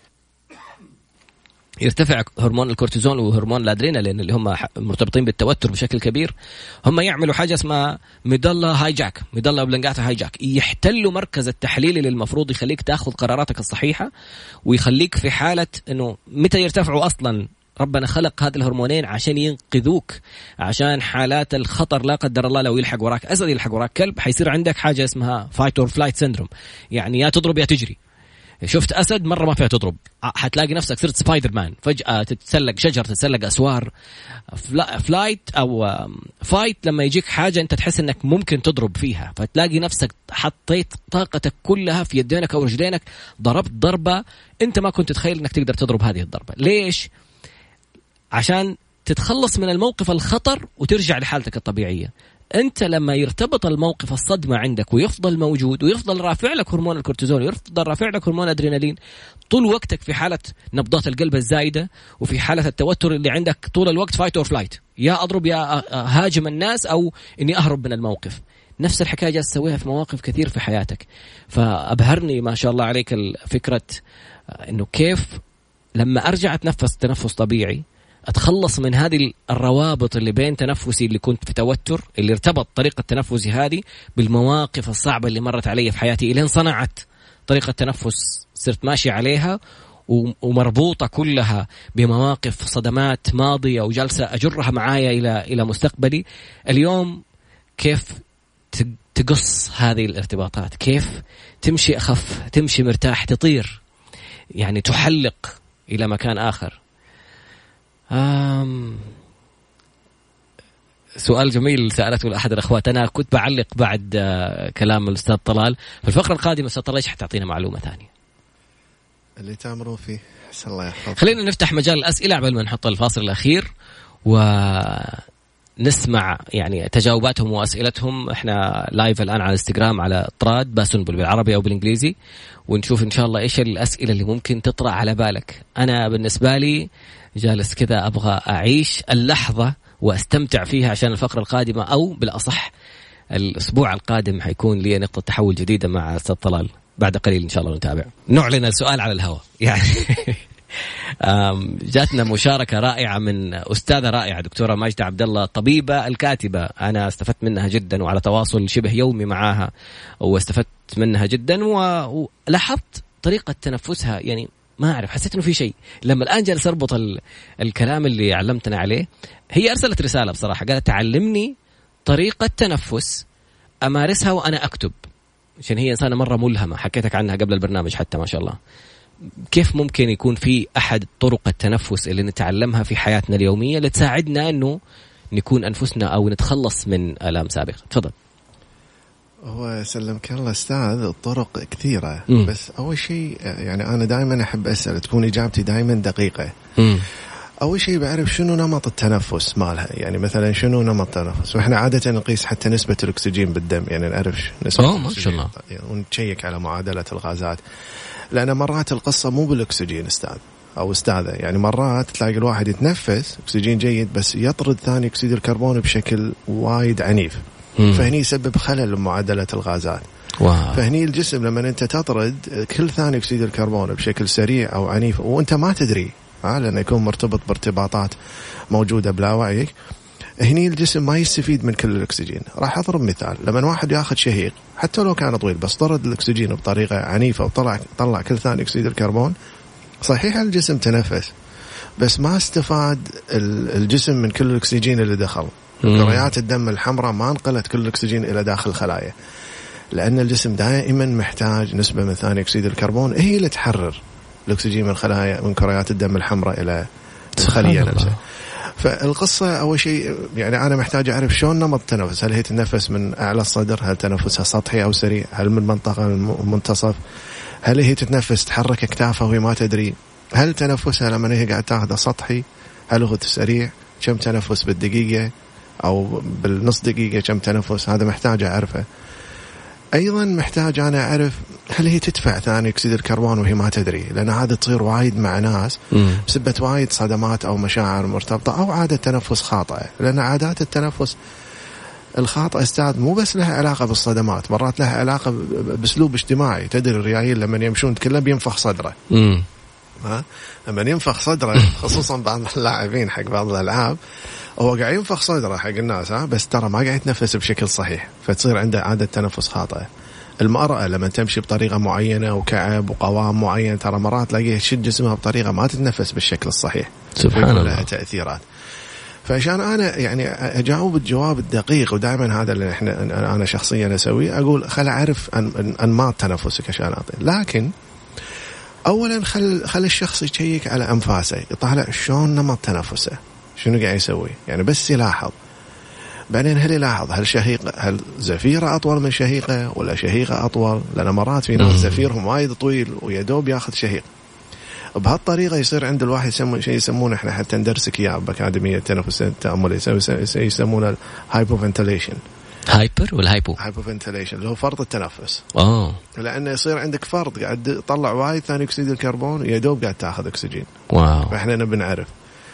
يرتفع هرمون الكورتيزون وهرمون الادرينالين اللي هم مرتبطين بالتوتر بشكل كبير، هم يعملوا حاجة اسمها ميدالا هايجاك، ميدالا اوبلونجاتا هايجاك، يحتلوا مركز التحليل اللي المفروض يخليك تاخذ قراراتك الصحيحة، ويخليك في حالة انه متى يرتفعوا اصلا. ربنا خلق هذه الهرمونين عشان ينقذوك، عشان حالات الخطر لا قدر الله، لو يلحق وراك أسد، يلحق وراك كلب، حيصير عندك حاجة اسمها فايت اور فلايت سيندروم، يعني يا تضرب يا تجري. شفت أسد مرة ما فيها تضرب، حتلاقي نفسك صرت سبايدر مان، فجأة تتسلق شجر، تتسلق أسوار. فلايت أو فايت لما يجيك حاجة أنت تحس أنك ممكن تضرب فيها، فتلاقي نفسك حطيت طاقتك كلها في يدينك أو رجلينك، ضربت ضربة أنت ما كنت تتخيل أنك تقدر تضرب هذه الضربة. ليش؟ عشان تتخلص من الموقف الخطر وترجع لحالتك الطبيعية. أنت لما يرتبط الموقف الصدمة عندك ويفضل موجود ويفضل رافع لك هرمون الكورتيزون ويفضل رافع لك هرمون الأدرينالين طول وقتك، في حالة نبضات القلب الزايدة وفي حالة التوتر اللي عندك طول الوقت فايت أور فلايت، يا أضرب يا هاجم الناس أو إني أهرب من الموقف. نفس الحكاية جالس تسويها في مواقف كثير في حياتك. فأبهرني ما شاء الله عليك الفكرة إنه كيف لما أرجع أتنفس تنفس طبيعي أتخلص من هذه الروابط اللي بين تنفسي اللي كنت في توتر، اللي ارتبط طريقة تنفسي هذه بالمواقف الصعبة اللي مرت علي في حياتي، إلين صنعت طريقة تنفس صرت ماشي عليها ومربوطة كلها بمواقف صدمات ماضية وجلسة أجرها معايا إلى مستقبلي. اليوم كيف تقص هذه الارتباطات، كيف تمشي أخف، تمشي مرتاح، تطير يعني تحلق إلى مكان آخر. سؤال جميل سألته أحد الأخوات. أنا كنت بعلق بعد كلام الأستاذ طلال في الفقرة القادمة. أستاذ طلال إيش حتعطينا معلومة ثانية اللي تأمروا فيه؟ حسن الله يحفظك. خلينا نفتح مجال الأسئلة قبل ما نحط الفاصل الأخير ونسمع يعني تجاوباتهم وأسئلتهم. إحنا لايف الآن على الانستغرام على طراد باسنبل بالعربي أو بالإنجليزي، ونشوف إن شاء الله إيش الأسئلة اللي ممكن تطرأ على بالك. أنا بالنسبة لي جالس كذا أبغى أعيش اللحظة وأستمتع فيها عشان الفقرة القادمة، أو بالأصح الأسبوع القادم حيكون لي نقطة تحول جديدة مع أستاذ طلال. بعد قليل إن شاء الله نتابع، نعلن السؤال على الهواء يعني. جاتنا مشاركة رائعة من أستاذة رائعة دكتورة ماجدة عبد الله، طبيبة الكاتبة. أنا استفدت منها جدا وعلى تواصل شبه يومي معاها، واستفدت منها جدا ولاحظت طريقة تنفسها. يعني ما أعرف، حسيت إنه في شيء لما الآن جالس أربط الكلام اللي علمتنا عليه. هي أرسلت رسالة بصراحة، قالت تعلمني طريقة تنفس أمارسها وأنا أكتب، عشان هي إنسانة مرة ملهمة. حكيتك عنها قبل البرنامج حتى ما شاء الله. كيف ممكن يكون في أحد طرق التنفس اللي نتعلمها في حياتنا اليومية لتساعدنا أنه نكون أنفسنا أو نتخلص من آلام سابقة؟ تفضل. هو سلمك الله أستاذ، الطرق كثيرة. بس أول شيء يعني أنا دائما أحب أسأل تكون إجابتي دائما دقيقة. أول شيء بعرف شنو نمط التنفس مالها، يعني مثلا شنو نمط التنفس. وإحنا عادة نقيس حتى نسبة الأكسجين بالدم، يعني نعرف نسبة ما شاء الله، يعني ونشيك على معادلة الغازات. لأن مرات القصة مو بالأكسجين أستاذ أو أستاذة، يعني مرات تلاقي الواحد يتنفس أكسجين جيد بس يطرد ثاني أكسيد الكربون بشكل وايد عنيف، فهني يسبب خلل بمعادلة الغازات. فهني الجسم لما أنت تطرد كل ثاني أكسيد الكربون بشكل سريع أو عنيف وأنت ما تدري، لأنه يكون مرتبط بارتباطات موجودة بلا وعيك، هني الجسم ما يستفيد من كل الأكسجين. راح أضرب مثال، لما واحد ياخذ شهيق حتى لو كان طويل بس طرد الأكسجين بطريقة عنيفة وطلع كل ثاني أكسيد الكربون، صحيح الجسم تنفس بس ما استفاد الجسم من كل الأكسجين اللي دخل. كريات الدم الحمراء ما انقلت كل الأكسجين إلى داخل الخلايا، لأن الجسم دائما محتاج نسبة من ثاني أكسيد الكربون هي اللي تحرر الأكسجين من خلايا من كريات الدم الحمراء إلى الخلية نفسها. فالقصة أول شيء يعني أنا محتاج أعرف شلون نمط التنفس. هل هي تنفس من أعلى الصدر؟ هل تنفسها سطحي أو سريع؟ هل من منطقة المنتصف؟ هل هي تتنفس تحرك أكتافها وهي ما تدري؟ هل تنفسها لما هي قاعد تاخذ سطحي؟ هل هو سريع؟ كم تنفس بالدقيقة أو بالنص دقيقة؟ كم تنفس؟ هذا محتاج أعرفه. أيضا محتاج أنا أعرف هل هي تدفع ثاني أكسيد الكربون وهي ما تدري، لأن هذا تصير وايد مع ناس بسبب وايد صدمات أو مشاعر مرتبطة أو عادة تنفس خاطئة. لأن عادات التنفس الخاطئة أستاذ مو بس لها علاقة بالصدمات، مرات لها علاقة بأسلوب اجتماعي. تدري الريايل لما يمشون كله بينفخ صدره، لما ينفخ صدره خصوصا بعض اللاعبين حق بعض الألعاب هو قاعد ينفخ صدره حق الناس بس ترى ما قاعد يتنفس بشكل صحيح، فتصير عنده عادة تنفس خاطئة. المرأة لما تمشي بطريقة معينة وكعب وقوام معين ترى مرات تلاقيها تشد جسمها بطريقة ما تتنفس بالشكل الصحيح، سبحان الله، لها تأثيرات. فعشان أنا يعني أجاوب الجواب الدقيق، ودائما هذا اللي أنا شخصيا أسويه، أقول خل أعرف أنماط تنفسك عشان أعطي. لكن أولا خل الشخص يشيك على أنفاسه، يطالع شلون نمط تنفسه، شنو قاعد يسوي، يعني بس يلاحظ. بعدين هل يلاحظ هل زفيره أطول من شهيقه ولا شهيقه أطول، لأن مرات في ناس زفيرهم وايد طويل ويدوب ياخذ شهيق. بهالطريقة يصير عند الواحد شيء يسمونه احنا حتى ندرسك اياه بأكاديمية التنفس التأملي، يسمونه هايبوفنتيليشن. هايبر ولا هايبو؟ هايبوفنتيليشن اللي هو فرط التنفس. لأنه يصير عندك فرط قاعد تطلع وايد ثاني أكسيد الكربون يدوب قاعد تاخذ أكسجين. واو. فإحنا نبي نعرف.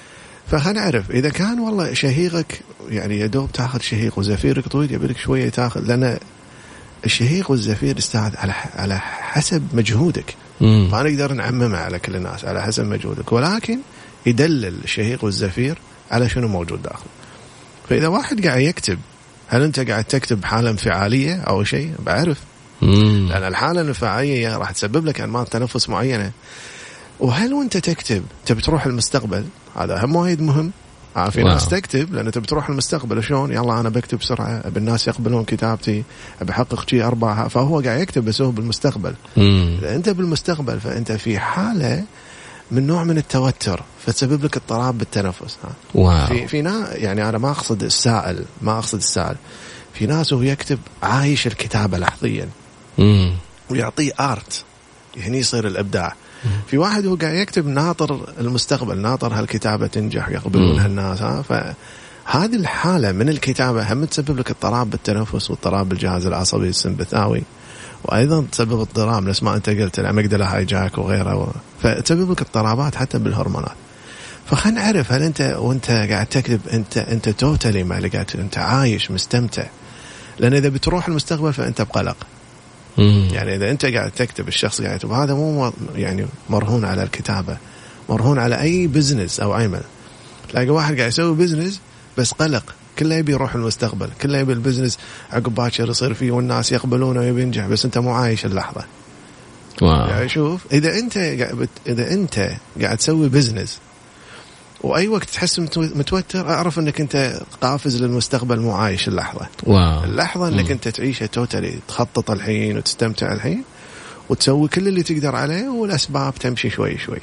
فهنعرف إذا كان والله شهيقك يعني يدوب تاخذ شهيق وزفيرك طويل يبيلك شوية تاخذ، لأن الشهيق والزفير يستعد على حسب مجهودك. ما نقدر نعممه على كل الناس، على حسب مجهودك، ولكن يدلل الشهيق والزفير على شنو موجود داخل. فإذا واحد قاعد يكتب، هل أنت قاعد تكتب حالة انفعالية أو شيء؟ بعرف، لأن الحالة الانفعالية راح تسبب لك أنماط تنفس معينة. وهل وانت تكتب تبي تروح المستقبل؟ هذا هم وايد مهم. في ناس تكتب لأن تبي تروح المستقبل، شلون؟ يلا أنا بكتب بسرعة، أبي الناس يقبلون كتابتي، أبي أحقق شيء أرباح. فهو قاعد يكتب بس هو بالمستقبل. إذا أنت بالمستقبل فأنت في حالة من نوع من التوتر، فتسبب لك اضطراب بالتنفس. في ناس يعني أنا ما أقصد السائل، في ناس وهو يكتب عايش الكتابة لحظيا ويعطيه آرت، هني يصير الإبداع. في واحد هو قاعد يكتب ناطر المستقبل، ناطر هالكتابة تنجح يقبلونها الناس. فهذه الحالة من الكتابة هم تسبب لك اضطراب بالتنفس واضطراب بالجهاز العصبي السمبثاوي، وأيضا تسبب اضطراب نفس ما أنت قلت الأميجدلا هايجاك وغيره، فتسبب لك اضطرابات حتى بالهرمونات. فخلنا نعرف هل أنت وأنت قاعد تكتب أنت توتالي ما لقيت، أنت عايش مستمتع. لأن إذا بتروح المستقبل فأنت بقلق. يعني إذا أنت قاعد تكتب، الشخص قاعد يكتب، هذا مو يعني مرهون على الكتابة، مرهون على أي بزنس أو عمل. تلاقي واحد قاعد يسوي بزنس بس قلق، كله يبي يروح المستقبل، كله يبي البزنس عقب باكر يصير فيه والناس يقبلونه ويبي ينجح، بس أنت مو عايش اللحظة. يعني شوف، إذا أنت قاعد تسوي بزنس وأي وقت تحس متوتر، أعرف أنك أنت قافز للمستقبل، مو عايش اللحظة. اللحظة أنك أنت تعيشها توتالي، تخطط الحين وتستمتع الحين وتسوي كل اللي تقدر عليه، والأسباب تمشي شوي شوي.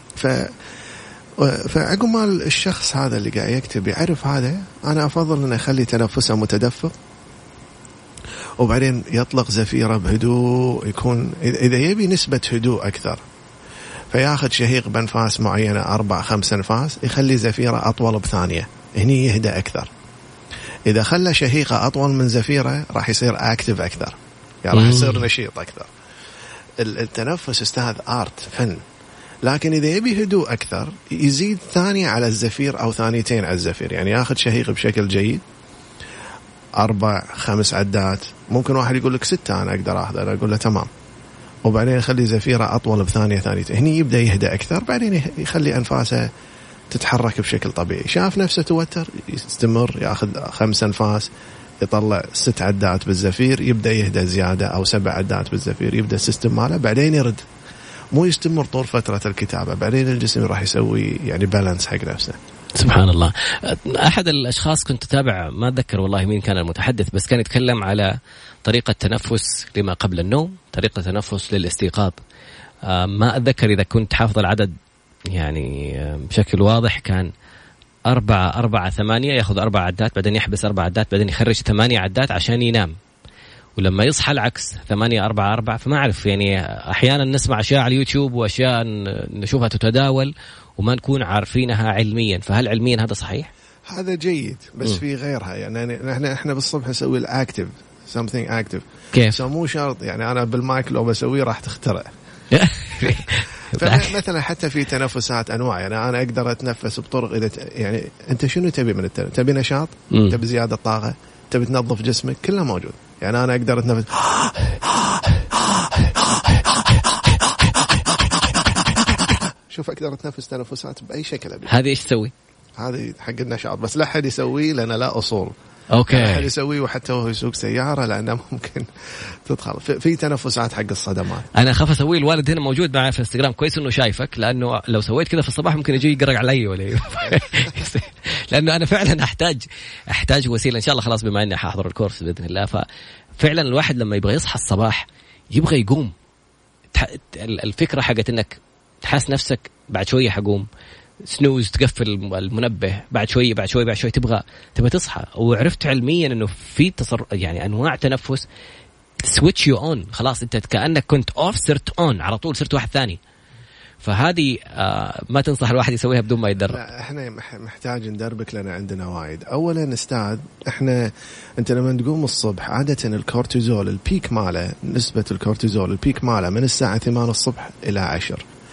فعقب ما الشخص هذا اللي قاعد يكتب يعرف هذا، أنا أفضل أن أخلي تنفسه متدفق، وبعدين يطلق زفيرة بهدوء، يكون إذا يبي نسبة هدوء أكثر فياخذ شهيق بأنفاس معينة 4-5 أنفاس، يخلي زفيرة أطول بثانية، هني يهدى أكثر. إذا خلى شهيقة أطول من زفيرة راح يصير أكتف أكثر، يعني راح يصير نشيط أكثر. التنفس استاذ آرت، فن. لكن إذا يبي هدوء أكثر يزيد ثانية على الزفير أو ثانيتين على الزفير، يعني ياخذ شهيق بشكل جيد 4-5 عدات. ممكن واحد يقول لك 6 أنا أقدر أخذ، أنا أقول له تمام، وبعدين يخلي زفيرة أطول بثانية ثانيتين، هني يبدأ يهدى أكثر. بعدين يخلي أنفاسه تتحرك بشكل طبيعي. شاف نفسه توتر يستمر، يأخذ 5 أنفاس، يطلع 6 عدات بالزفير، يبدأ يهدى زيادة، أو 7 عدات بالزفير، يبدأ السيستم ماله، بعدين يرد. مو يستمر طول فترة الكتابة، بعدين الجسم راح يسوي يعني بالانس حق نفسه. سبحان الله. أحد الأشخاص كنت أتابع، ما أتذكر والله مين كان المتحدث، بس كان يتكلم على طريقة تنفس لما قبل النوم، طريقة تنفس للاستيقاظ. ما أتذكر إذا كنت حافظ العدد يعني بشكل واضح، كان 4-4-8، يأخذ 4 عدات، بعدين يحبس 4 عدات، بعدين يخرج 8 عدات عشان ينام. ولما يصحى العكس 8-4-4. فما أعرف يعني أحيانا نسمع أشياء على اليوتيوب وأشياء نشوفها تتداول وما نكون عارفينها علميا. فهل علميا هذا صحيح؟ هذا جيد، بس في غيرها. يعني احنا بالصبح نسوي الاكتيف، something active. كيف؟ مو شرط يعني أنا بالمايك لو بسويه راح تخترع. فمثلا حتى في تنفسات أنواع، يعني أنا أقدر أتنفس بطرق. إذا يعني أنت شنو تبي من التنفس؟ تبي نشاط؟ تبي زيادة طاقة؟ تبي تنظف جسمك؟ كله موجود. يعني أنا أقدر أتنفس شوف، أقدر أتنفس تنفسات بأي شكل أبي. هذه إيش تسوي؟ هذه حق النشاط، بس لا أحد يسويه لأن لا أصول. أوكي. لا أحد يسويه وحتى وهو يسوق سيارة، لأنه ممكن تدخل في تنفسات حق الصدمات. أنا أخاف أسويه، الوالد هنا موجود معي في الانستغرام، كويس إنه شايفك، لأنه لو سويت كذا في الصباح ممكن يجي يقرق علي ولا لأنه أنا فعلا أحتاج وسيلة. إن شاء الله خلاص بما إني حاضر الكورس بإذن الله. ففعلا الواحد لما يبغى يصحى الصباح يبغى يقوم. الفكرة حقت إنك تحس نفسك بعد شوية حقوم، سنوز، تقفل المنبه، بعد شوي تبغى تصحى. وعرفت علميا انه في يعني انواع تنفس سويتش يو اون، خلاص انت كأنك كنت اوف صرت اون على طول، صرت واحد ثاني. فهذه ما تنصح الواحد يسويها بدون ما يتدرب. لا، احنا محتاج ندربك، لنا عندنا وايد. اولا استاذ، انت لما تقوم الصبح عادة الكورتيزول البيك ماله، نسبة الكورتيزول البيك ماله من الساعة 8 الصبح إلى 10.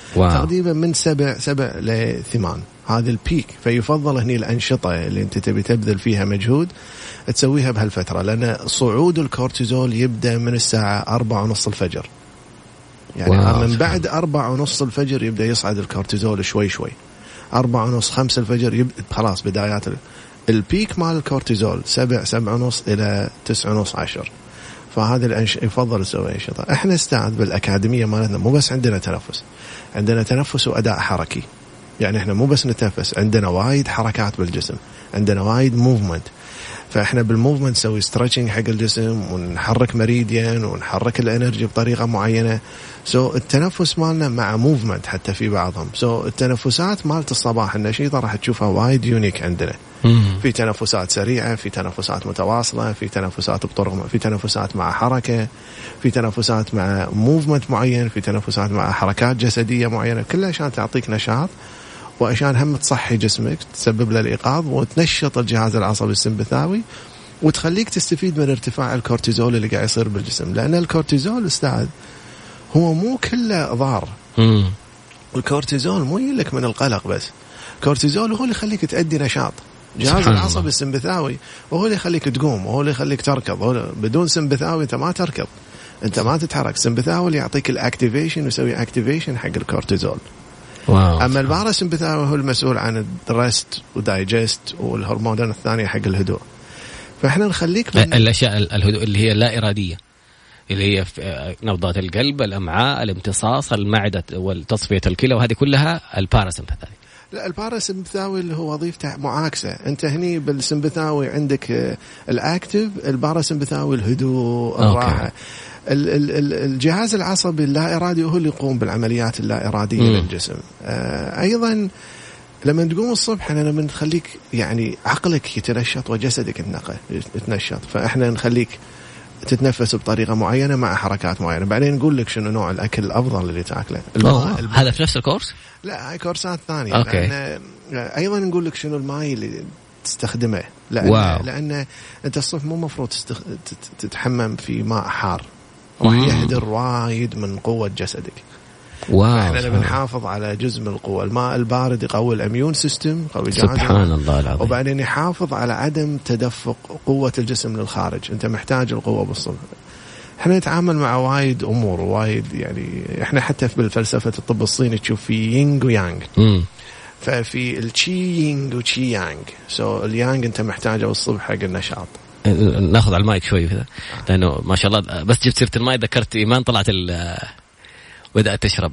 تقريبا من 7 ل 8. هذا البيك. فيفضل هني الأنشطة اللي أنت تبي تبذل فيها مجهود تسويها بهالفترة، لأن صعود الكورتيزول يبدأ من الساعة 4:30 الفجر. يعني من بعد 4:30 الفجر يبدأ يصعد الكورتيزول شوي شوي. 4:30 5 الفجر خلاص بدايات البيك مال الكورتيزول. 7:30 إلى 9:30 10. فهذا يفضل تسوي أنشطة. احنا استاذ بالأكاديمية مالتنا مو بس عندنا تنفس، عندنا تنفس وأداء حركي. يعني احنا مو بس نتنفس، عندنا وايد حركات بالجسم، عندنا وايد موفمنت. فاحنا بالموفمنت نسوي ستريتشنج حق الجسم ونحرك مريديان ونحرك الانرجي بطريقه معينه. التنفس مالنا مع موفمنت حتى في بعضهم. التنفسات مالت الصباح النشيطه راح تشوفها وايد يونيك عندنا. في تنفسات سريعه، في تنفسات متواصله، في تنفسات بطرق، في تنفسات مع حركه، في تنفسات مع موفمنت معين، في تنفسات مع حركات جسديه معينه، كلها عشان تعطيك نشاط وعشان هم تصحي جسمك، تسبب له الإيقاظ وتنشط الجهاز العصبي السمبثاوي وتخليك تستفيد من ارتفاع الكورتيزول اللي قاعد يصير بالجسم. لأن الكورتيزول استاذ هو مو كله ضار. الكورتيزول مو يلك من القلق بس، الكورتيزول هو اللي يخليك تأدي نشاط. جهاز العصبي السمبثاوي وهو اللي يخليك تقوم وهو اللي يخليك تركض. بدون سمبثاوي انت ما تركض، انت ما تتحرك. السمبثاوي اللي يعطيك الاكتيفيشن ويسوي اكتيفيشن حق الكورتيزول. أما الباراسمبثاوي هو المسؤول عن الرست ودايجست والهرمونات الثانية حق الهدوء. فإحنا نخليك من الأشياء الهدوء اللي هي لا إرادية، اللي هي نبضات القلب، الأمعاء، الامتصاص، المعدة والتصفية الكلى، وهذه كلها الباراسمبثاوي. لا، الباراسمبثاوي اللي هو وظيفته معاكسة. أنت هني بالسمبثاوي عندك الأكتيف، الباراسمبثاوي الهدوء، الراحة. الجهاز العصبي اللا إرادي هو اللي يقوم بالعمليات اللا إرادية للجسم. أيضا لما تقوم الصبح أنا لما نخليك يعني عقلك يتنشط وجسدك يتنشط، فإحنا نخليك تتنفس بطريقة معينة مع حركات معينة. بعدين نقول لك شنو نوع الأكل الأفضل اللي تأكله. هذا في نفس الكورس؟ لا، هاي كورسات ثانية. أيضا نقول لك شنو الماء اللي تستخدمه. لأن أنت الصبح مو مفروض تتحمم في ماء حار، راح يهدر وايد من قوة جسدك. احنا نبي نحافظ على جزء من القوة. الماء البارد يقوي الاميون سيستم، يقوي سبحان الله العظيم. وبعدين يحافظ على عدم تدفق قوة الجسم للخارج. انت محتاج القوة بالصبح. احنا نتعامل مع وايد امور وايد، يعني احنا حتى في بالفلسفة الطب الصيني تشوف في يينغ ويانغ. ففي التشي يينغ وتشي يانغ. اليانغ انت محتاجه بالصبح حق النشاط. ناخذ على المايك شوي كذا، لأنه ما شاء الله بس جبت سيرة الماي ذكرت إيمان طلعت بدأت تشرب.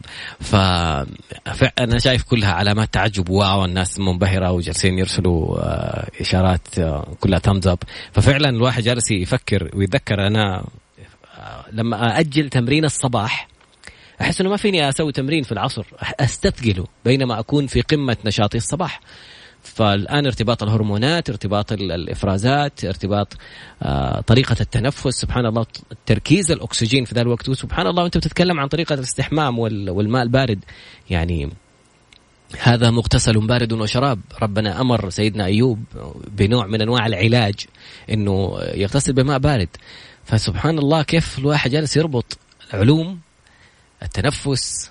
فأنا شايف كلها علامات تعجب، واو، الناس منبهرة وجالسين يرسلوا إشارات كلها thumbs up. ففعلا الواحد جالس يفكر ويتذكر أنا لما أجل تمرين الصباح أحس أنه ما فيني أسوي تمرين في العصر أستثقله بينما أكون في قمة نشاطي الصباح. فالآن ارتباط الهرمونات، ارتباط الإفرازات، ارتباط طريقة التنفس، سبحان الله، تركيز الأكسجين في ذا الوقت. وسبحان الله وانت بتتكلم عن طريقة الاستحمام والماء البارد، يعني هذا مغتسل بارد وشراب. ربنا أمر سيدنا أيوب بنوع من أنواع العلاج إنه يغتسل بماء بارد. فسبحان الله كيف الواحد جالس يربط العلوم، التنفس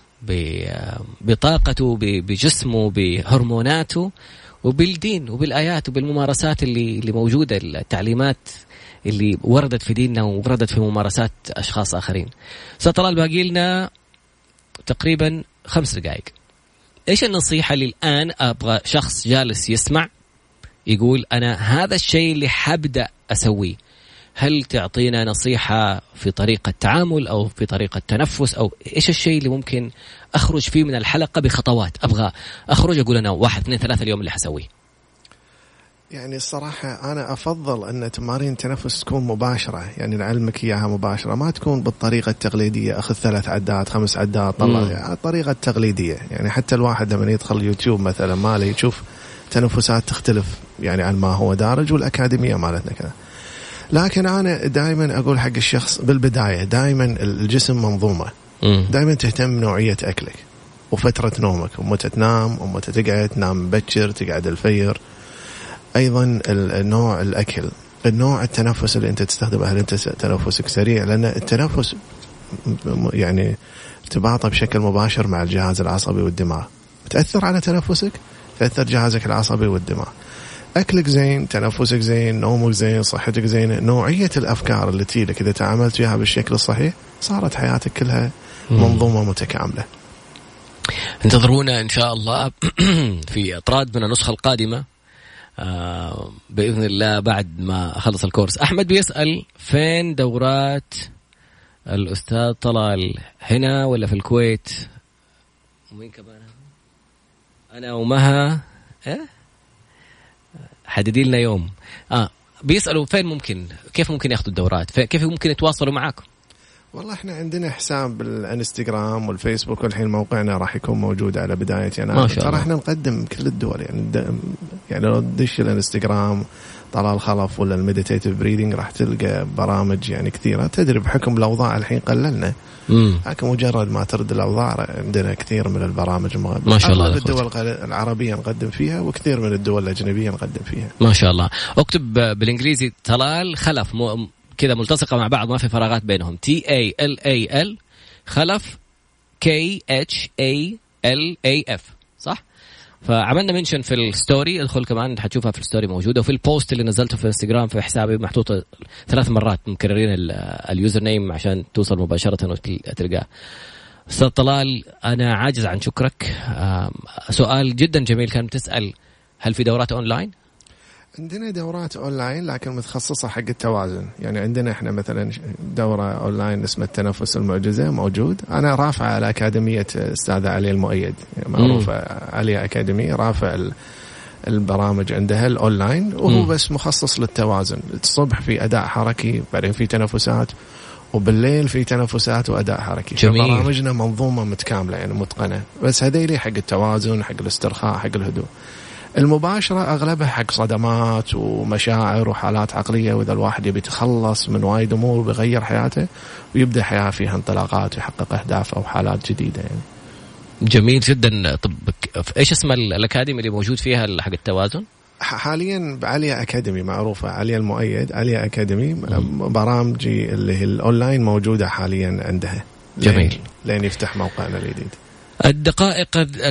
بطاقته، بجسمه، بهرموناته، وبالدين وبالآيات وبالممارسات اللي موجودة، التعليمات اللي وردت في ديننا ووردت في ممارسات أشخاص آخرين. سطلال باقي لنا تقريبا 5 دقائق. إيش النصيحة اللي الآن أبغى شخص جالس يسمع يقول أنا هذا الشيء اللي حبدأ أسويه؟ هل تعطينا نصيحة في طريقة تعامل أو في طريقة تنفس، أو إيش الشيء اللي ممكن أخرج فيه من الحلقة بخطوات؟ أبغى أخرج أقول أنا 1 2 3 اليوم اللي حسويه. يعني الصراحة أنا أفضل أن تمارين التنفس تكون مباشرة، يعني نعلمك إياها مباشرة، ما تكون بالطريقة التقليدية أخذ 3 عدات 5 عدات طلع، يعني الطريقة التقليدية. يعني حتى الواحد لما يدخل يوتيوب مثلا مالي يشوف تنفسات تختلف يعني عن ما هو دارج، والأكاديمية مالتنا كذا. لكن أنا دائما أقول حق الشخص بالبداية دائما الجسم منظومة. دائما تهتم نوعية أكلك وفترة نومك، ومتى تنام ومتى تقعد، تنام بكر تقعد الفير. أيضا النوع الأكل، النوع التنفس اللي أنت تستخدمه، هل أنت تنفسك سريع؟ لأن التنفس يعني ارتباطه بشكل مباشر مع الجهاز العصبي والدماغ، تأثر على تنفسك، تأثر جهازك العصبي والدماغ. أكلك زين، تنفسك زين، نومك زين، صحتك زينة، نوعية الأفكار اللي تجيلك إذا تعاملت فيها بالشكل الصحيح صارت حياتك كلها منظومة متكاملة. انتظرونا إن شاء الله في أطراد من النسخة القادمة بإذن الله بعد ما أخلص الكورس. أحمد بيسأل فين دورات الأستاذ طلال، هنا ولا في الكويت؟ ومين كمان؟ أنا ومها حددي لنا يوم. بيسألوا فين ممكن، كيف ممكن ياخذوا الدورات، كيف ممكن يتواصلوا معاكم؟ والله احنا عندنا حساب بالانستغرام والفيسبوك، والحين موقعنا راح يكون موجود على بداية يناير. ترى احنا نقدم كل الدول، يعني لو تدش الانستغرام طلال خلف ولا الميديتيتيف بريدنج راح تلقى برامج يعني كثيرة. تدري بحكم الأوضاع الحين قللنا، لكن مجرد ما ترد الأوضاع عندنا كثير من البرامج ما شاء الله. الدول العربية نقدم فيها، وكثير من الدول الأجنبية نقدم فيها ما شاء الله. اكتب بالإنجليزي طلال خلف كذا ملتصقة مع بعض، ما في فراغات بينهم. TALAL خلف KHALAF، صح؟ فعملنا منشن في الستوري، ادخل كمان حتشوفها في الستوري موجودة، وفي البوست اللي نزلته في انستغرام في حسابي محطوطة 3 مرات مكررين اليوزر نيم عشان توصل مباشرة وتلقاه. أستاذ طلال أنا عاجز عن شكرك. سؤال جدا جميل كان تسأل، هل في دورات أونلاين؟ عندنا دورات أونلاين لكن متخصصة حق التوازن. يعني عندنا إحنا مثلا دورة أونلاين اسمها التنفس المعجزة موجود، أنا رافع على أكاديمية أستاذة علي المؤيد، معروفة علي أكاديمية، رافع البرامج عندها الأونلاين، وهو بس مخصص للتوازن. الصبح في أداء حركي، بعدين في تنفسات، وبالليل في تنفسات وأداء حركي. برامجنا منظومة متكاملة يعني متقنة، بس هذيلي حق التوازن، حق الاسترخاء، حق الهدوء. المباشرة أغلبها حق صدمات ومشاعر وحالات عقلية، وإذا الواحد يبي يتخلص من وايد أمور بيغير حياته ويبدأ حياة فيها انطلاقات ويحقق أهداف أو حالات جديدة يعني. جميل جدا. طب إيش اسم الأكاديمي اللي موجود فيها حق التوازن؟ حاليا بعليا أكاديمي، معروفة عليا المؤيد، عليا أكاديمي. برامجي اللي هي الأونلاين موجودة حاليا عندها. جميل. لين يفتح موقعنا الجديد. الدقائق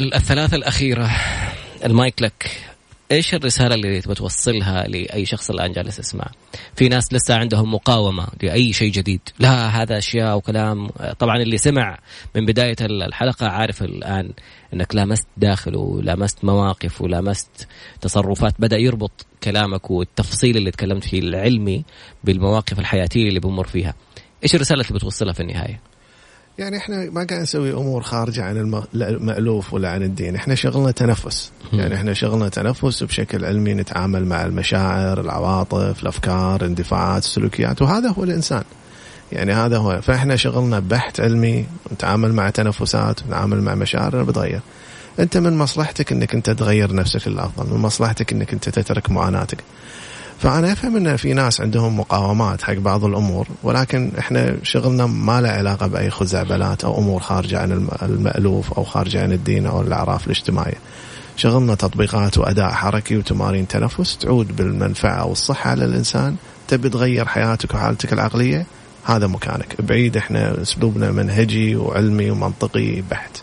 3 الأخيرة، المايك لك. إيش الرسالة اللي بتوصلها لأي شخص الآن جالس يسمع؟ في ناس لسه عندهم مقاومة لأي شيء جديد، لا هذا أشياء وكلام. طبعا اللي سمع من بداية الحلقة عارف الآن أنك لامست داخل ولامست مواقف ولامست تصرفات، بدأ يربط كلامك والتفصيل اللي تكلمت فيه العلمي بالمواقف الحياتية اللي بمر فيها. إيش الرسالة اللي بتوصلها في النهاية؟ يعني احنا ما قاعد نسوي امور خارجه عن المألوف ولا عن الدين، احنا شغلنا تنفس. يعني احنا شغلنا تنفس بشكل علمي، نتعامل مع المشاعر، العواطف، الافكار، الاندفاعات، السلوكيات، وهذا هو الانسان. يعني هذا هو. فاحنا شغلنا بحث علمي، نتعامل مع تنفسات، نتعامل مع مشاعر بتغير. انت من مصلحتك انك انت تغير نفسك للافضل، من مصلحتك انك انت تترك معاناتك. فأنا أفهم أن في ناس عندهم مقاومات حق بعض الأمور، ولكن إحنا شغلنا ما له علاقة بأي خزعبلات أو أمور خارجة عن المألوف أو خارجة عن الدين أو الأعراف الاجتماعية. شغلنا تطبيقات وأداء حركي وتمارين تنفس تعود بالمنفعة والصحة للإنسان. تبي تغير حياتك وحالتك العقلية، هذا مكانك. بعيد إحنا أسلوبنا منهجي وعلمي ومنطقي بحت.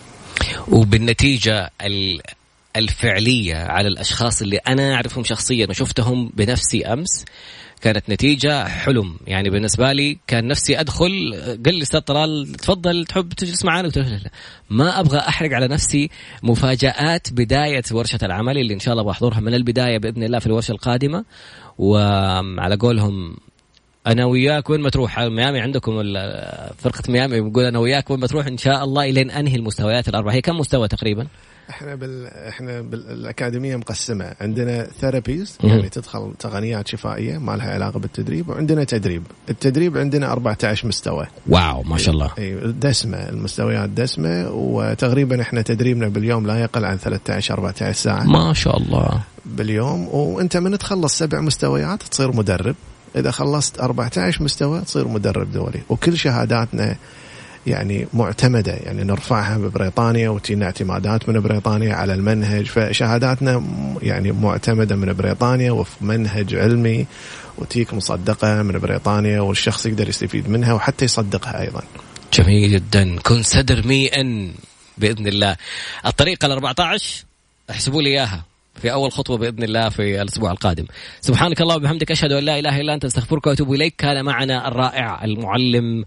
وبالنتيجة الفعلية على الأشخاص اللي أنا أعرفهم شخصيا وشفتهم بنفسي أمس كانت نتيجة حلم. يعني بالنسبة لي كان نفسي أدخل، قال لي أستاذ طلال تفضل تحب تجلس معنا، قلت له ما أبغى أحرق على نفسي مفاجآت بداية ورشة العمل اللي إن شاء الله بحضرها من البداية بإذن الله في الورشة القادمة. وعلى قولهم أنا وياك وين ما تروح، ميامي عندكم فرقة ميامي بيقول أنا وياك وين ما تروح إن شاء الله إلين أنهي المستويات الأربعة. هي كم مستوى تقريبا؟ احنا بالأكاديمية مقسمة. عندنا ثيرابيز يعني تدخل تقنيات شفائية ما لها علاقة بالتدريب، وعندنا تدريب. التدريب عندنا 14 مستوى. واو ما شاء الله. دسمة، المستويات دسمة، وتقريبا احنا تدريبنا باليوم لا يقل عن 13-14 ساعة ما شاء الله باليوم. وانت من تخلص 7 مستويات تصير مدرب، إذا خلصت 14 مستوى تصير مدرب دولي. وكل شهاداتنا يعني معتمدة، يعني نرفعها ببريطانيا وتينا اعتمادات من بريطانيا على المنهج. فشهاداتنا يعني معتمدة من بريطانيا وفي منهج علمي، وتيك مصدقة من بريطانيا، والشخص يقدر يستفيد منها وحتى يصدقها أيضا. جميل جدا. كونسيدر مي ان بإذن الله. الطريقة 14 احسبوا لي إياها في أول خطوة بإذن الله في الأسبوع القادم. سبحانك الله وبحمدك أشهد أن لا إله إلا أنت أستغفرك وأتوب إليك. كان معنا الرائع المعلم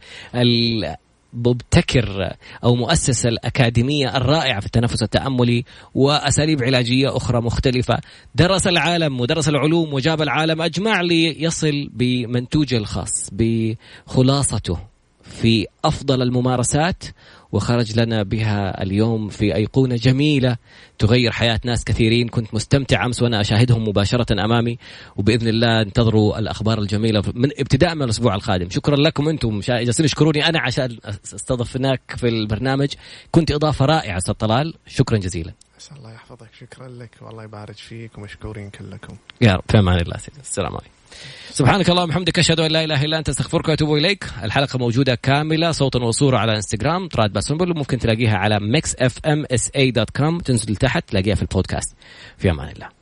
مبتكر أو مؤسس الأكاديمية الرائعة في التنفس التأملي وأساليب علاجية أخرى مختلفة. درس العالم ودرس العلوم وجاب العالم أجمع ليصل بمنتوجه الخاص بخلاصته في أفضل الممارسات، وخرج لنا بها اليوم في أيقونة جميلة تغير حياة ناس كثيرين. كنت مستمتع أمس وأنا أشاهدهم مباشرة أمامي، وبإذن الله انتظروا الأخبار الجميلة من ابتداء من الأسبوع القادم. شكرا لكم أنتم جالسين تشكروني أنا عشان استضفناك في البرنامج. كنت إضافة رائعة أستاذ طلال، شكرا جزيلا. الله يحفظك. شكرا لك والله يبارك فيك ومشكورين كلكم. يا رب. في أمان الله سيدي. السلام عليكم. سبحانك اللهم وبحمدك أشهد أن لا إله إلا أنت أستغفرك وأتوب إليك. الحلقة موجودة كاملة صوتا وصورة على انستغرام طراد باسنبل، وممكن تلاقيها على mixfmsa.com. تنزل تحت تلاقيها في البودكاست. في أمان الله.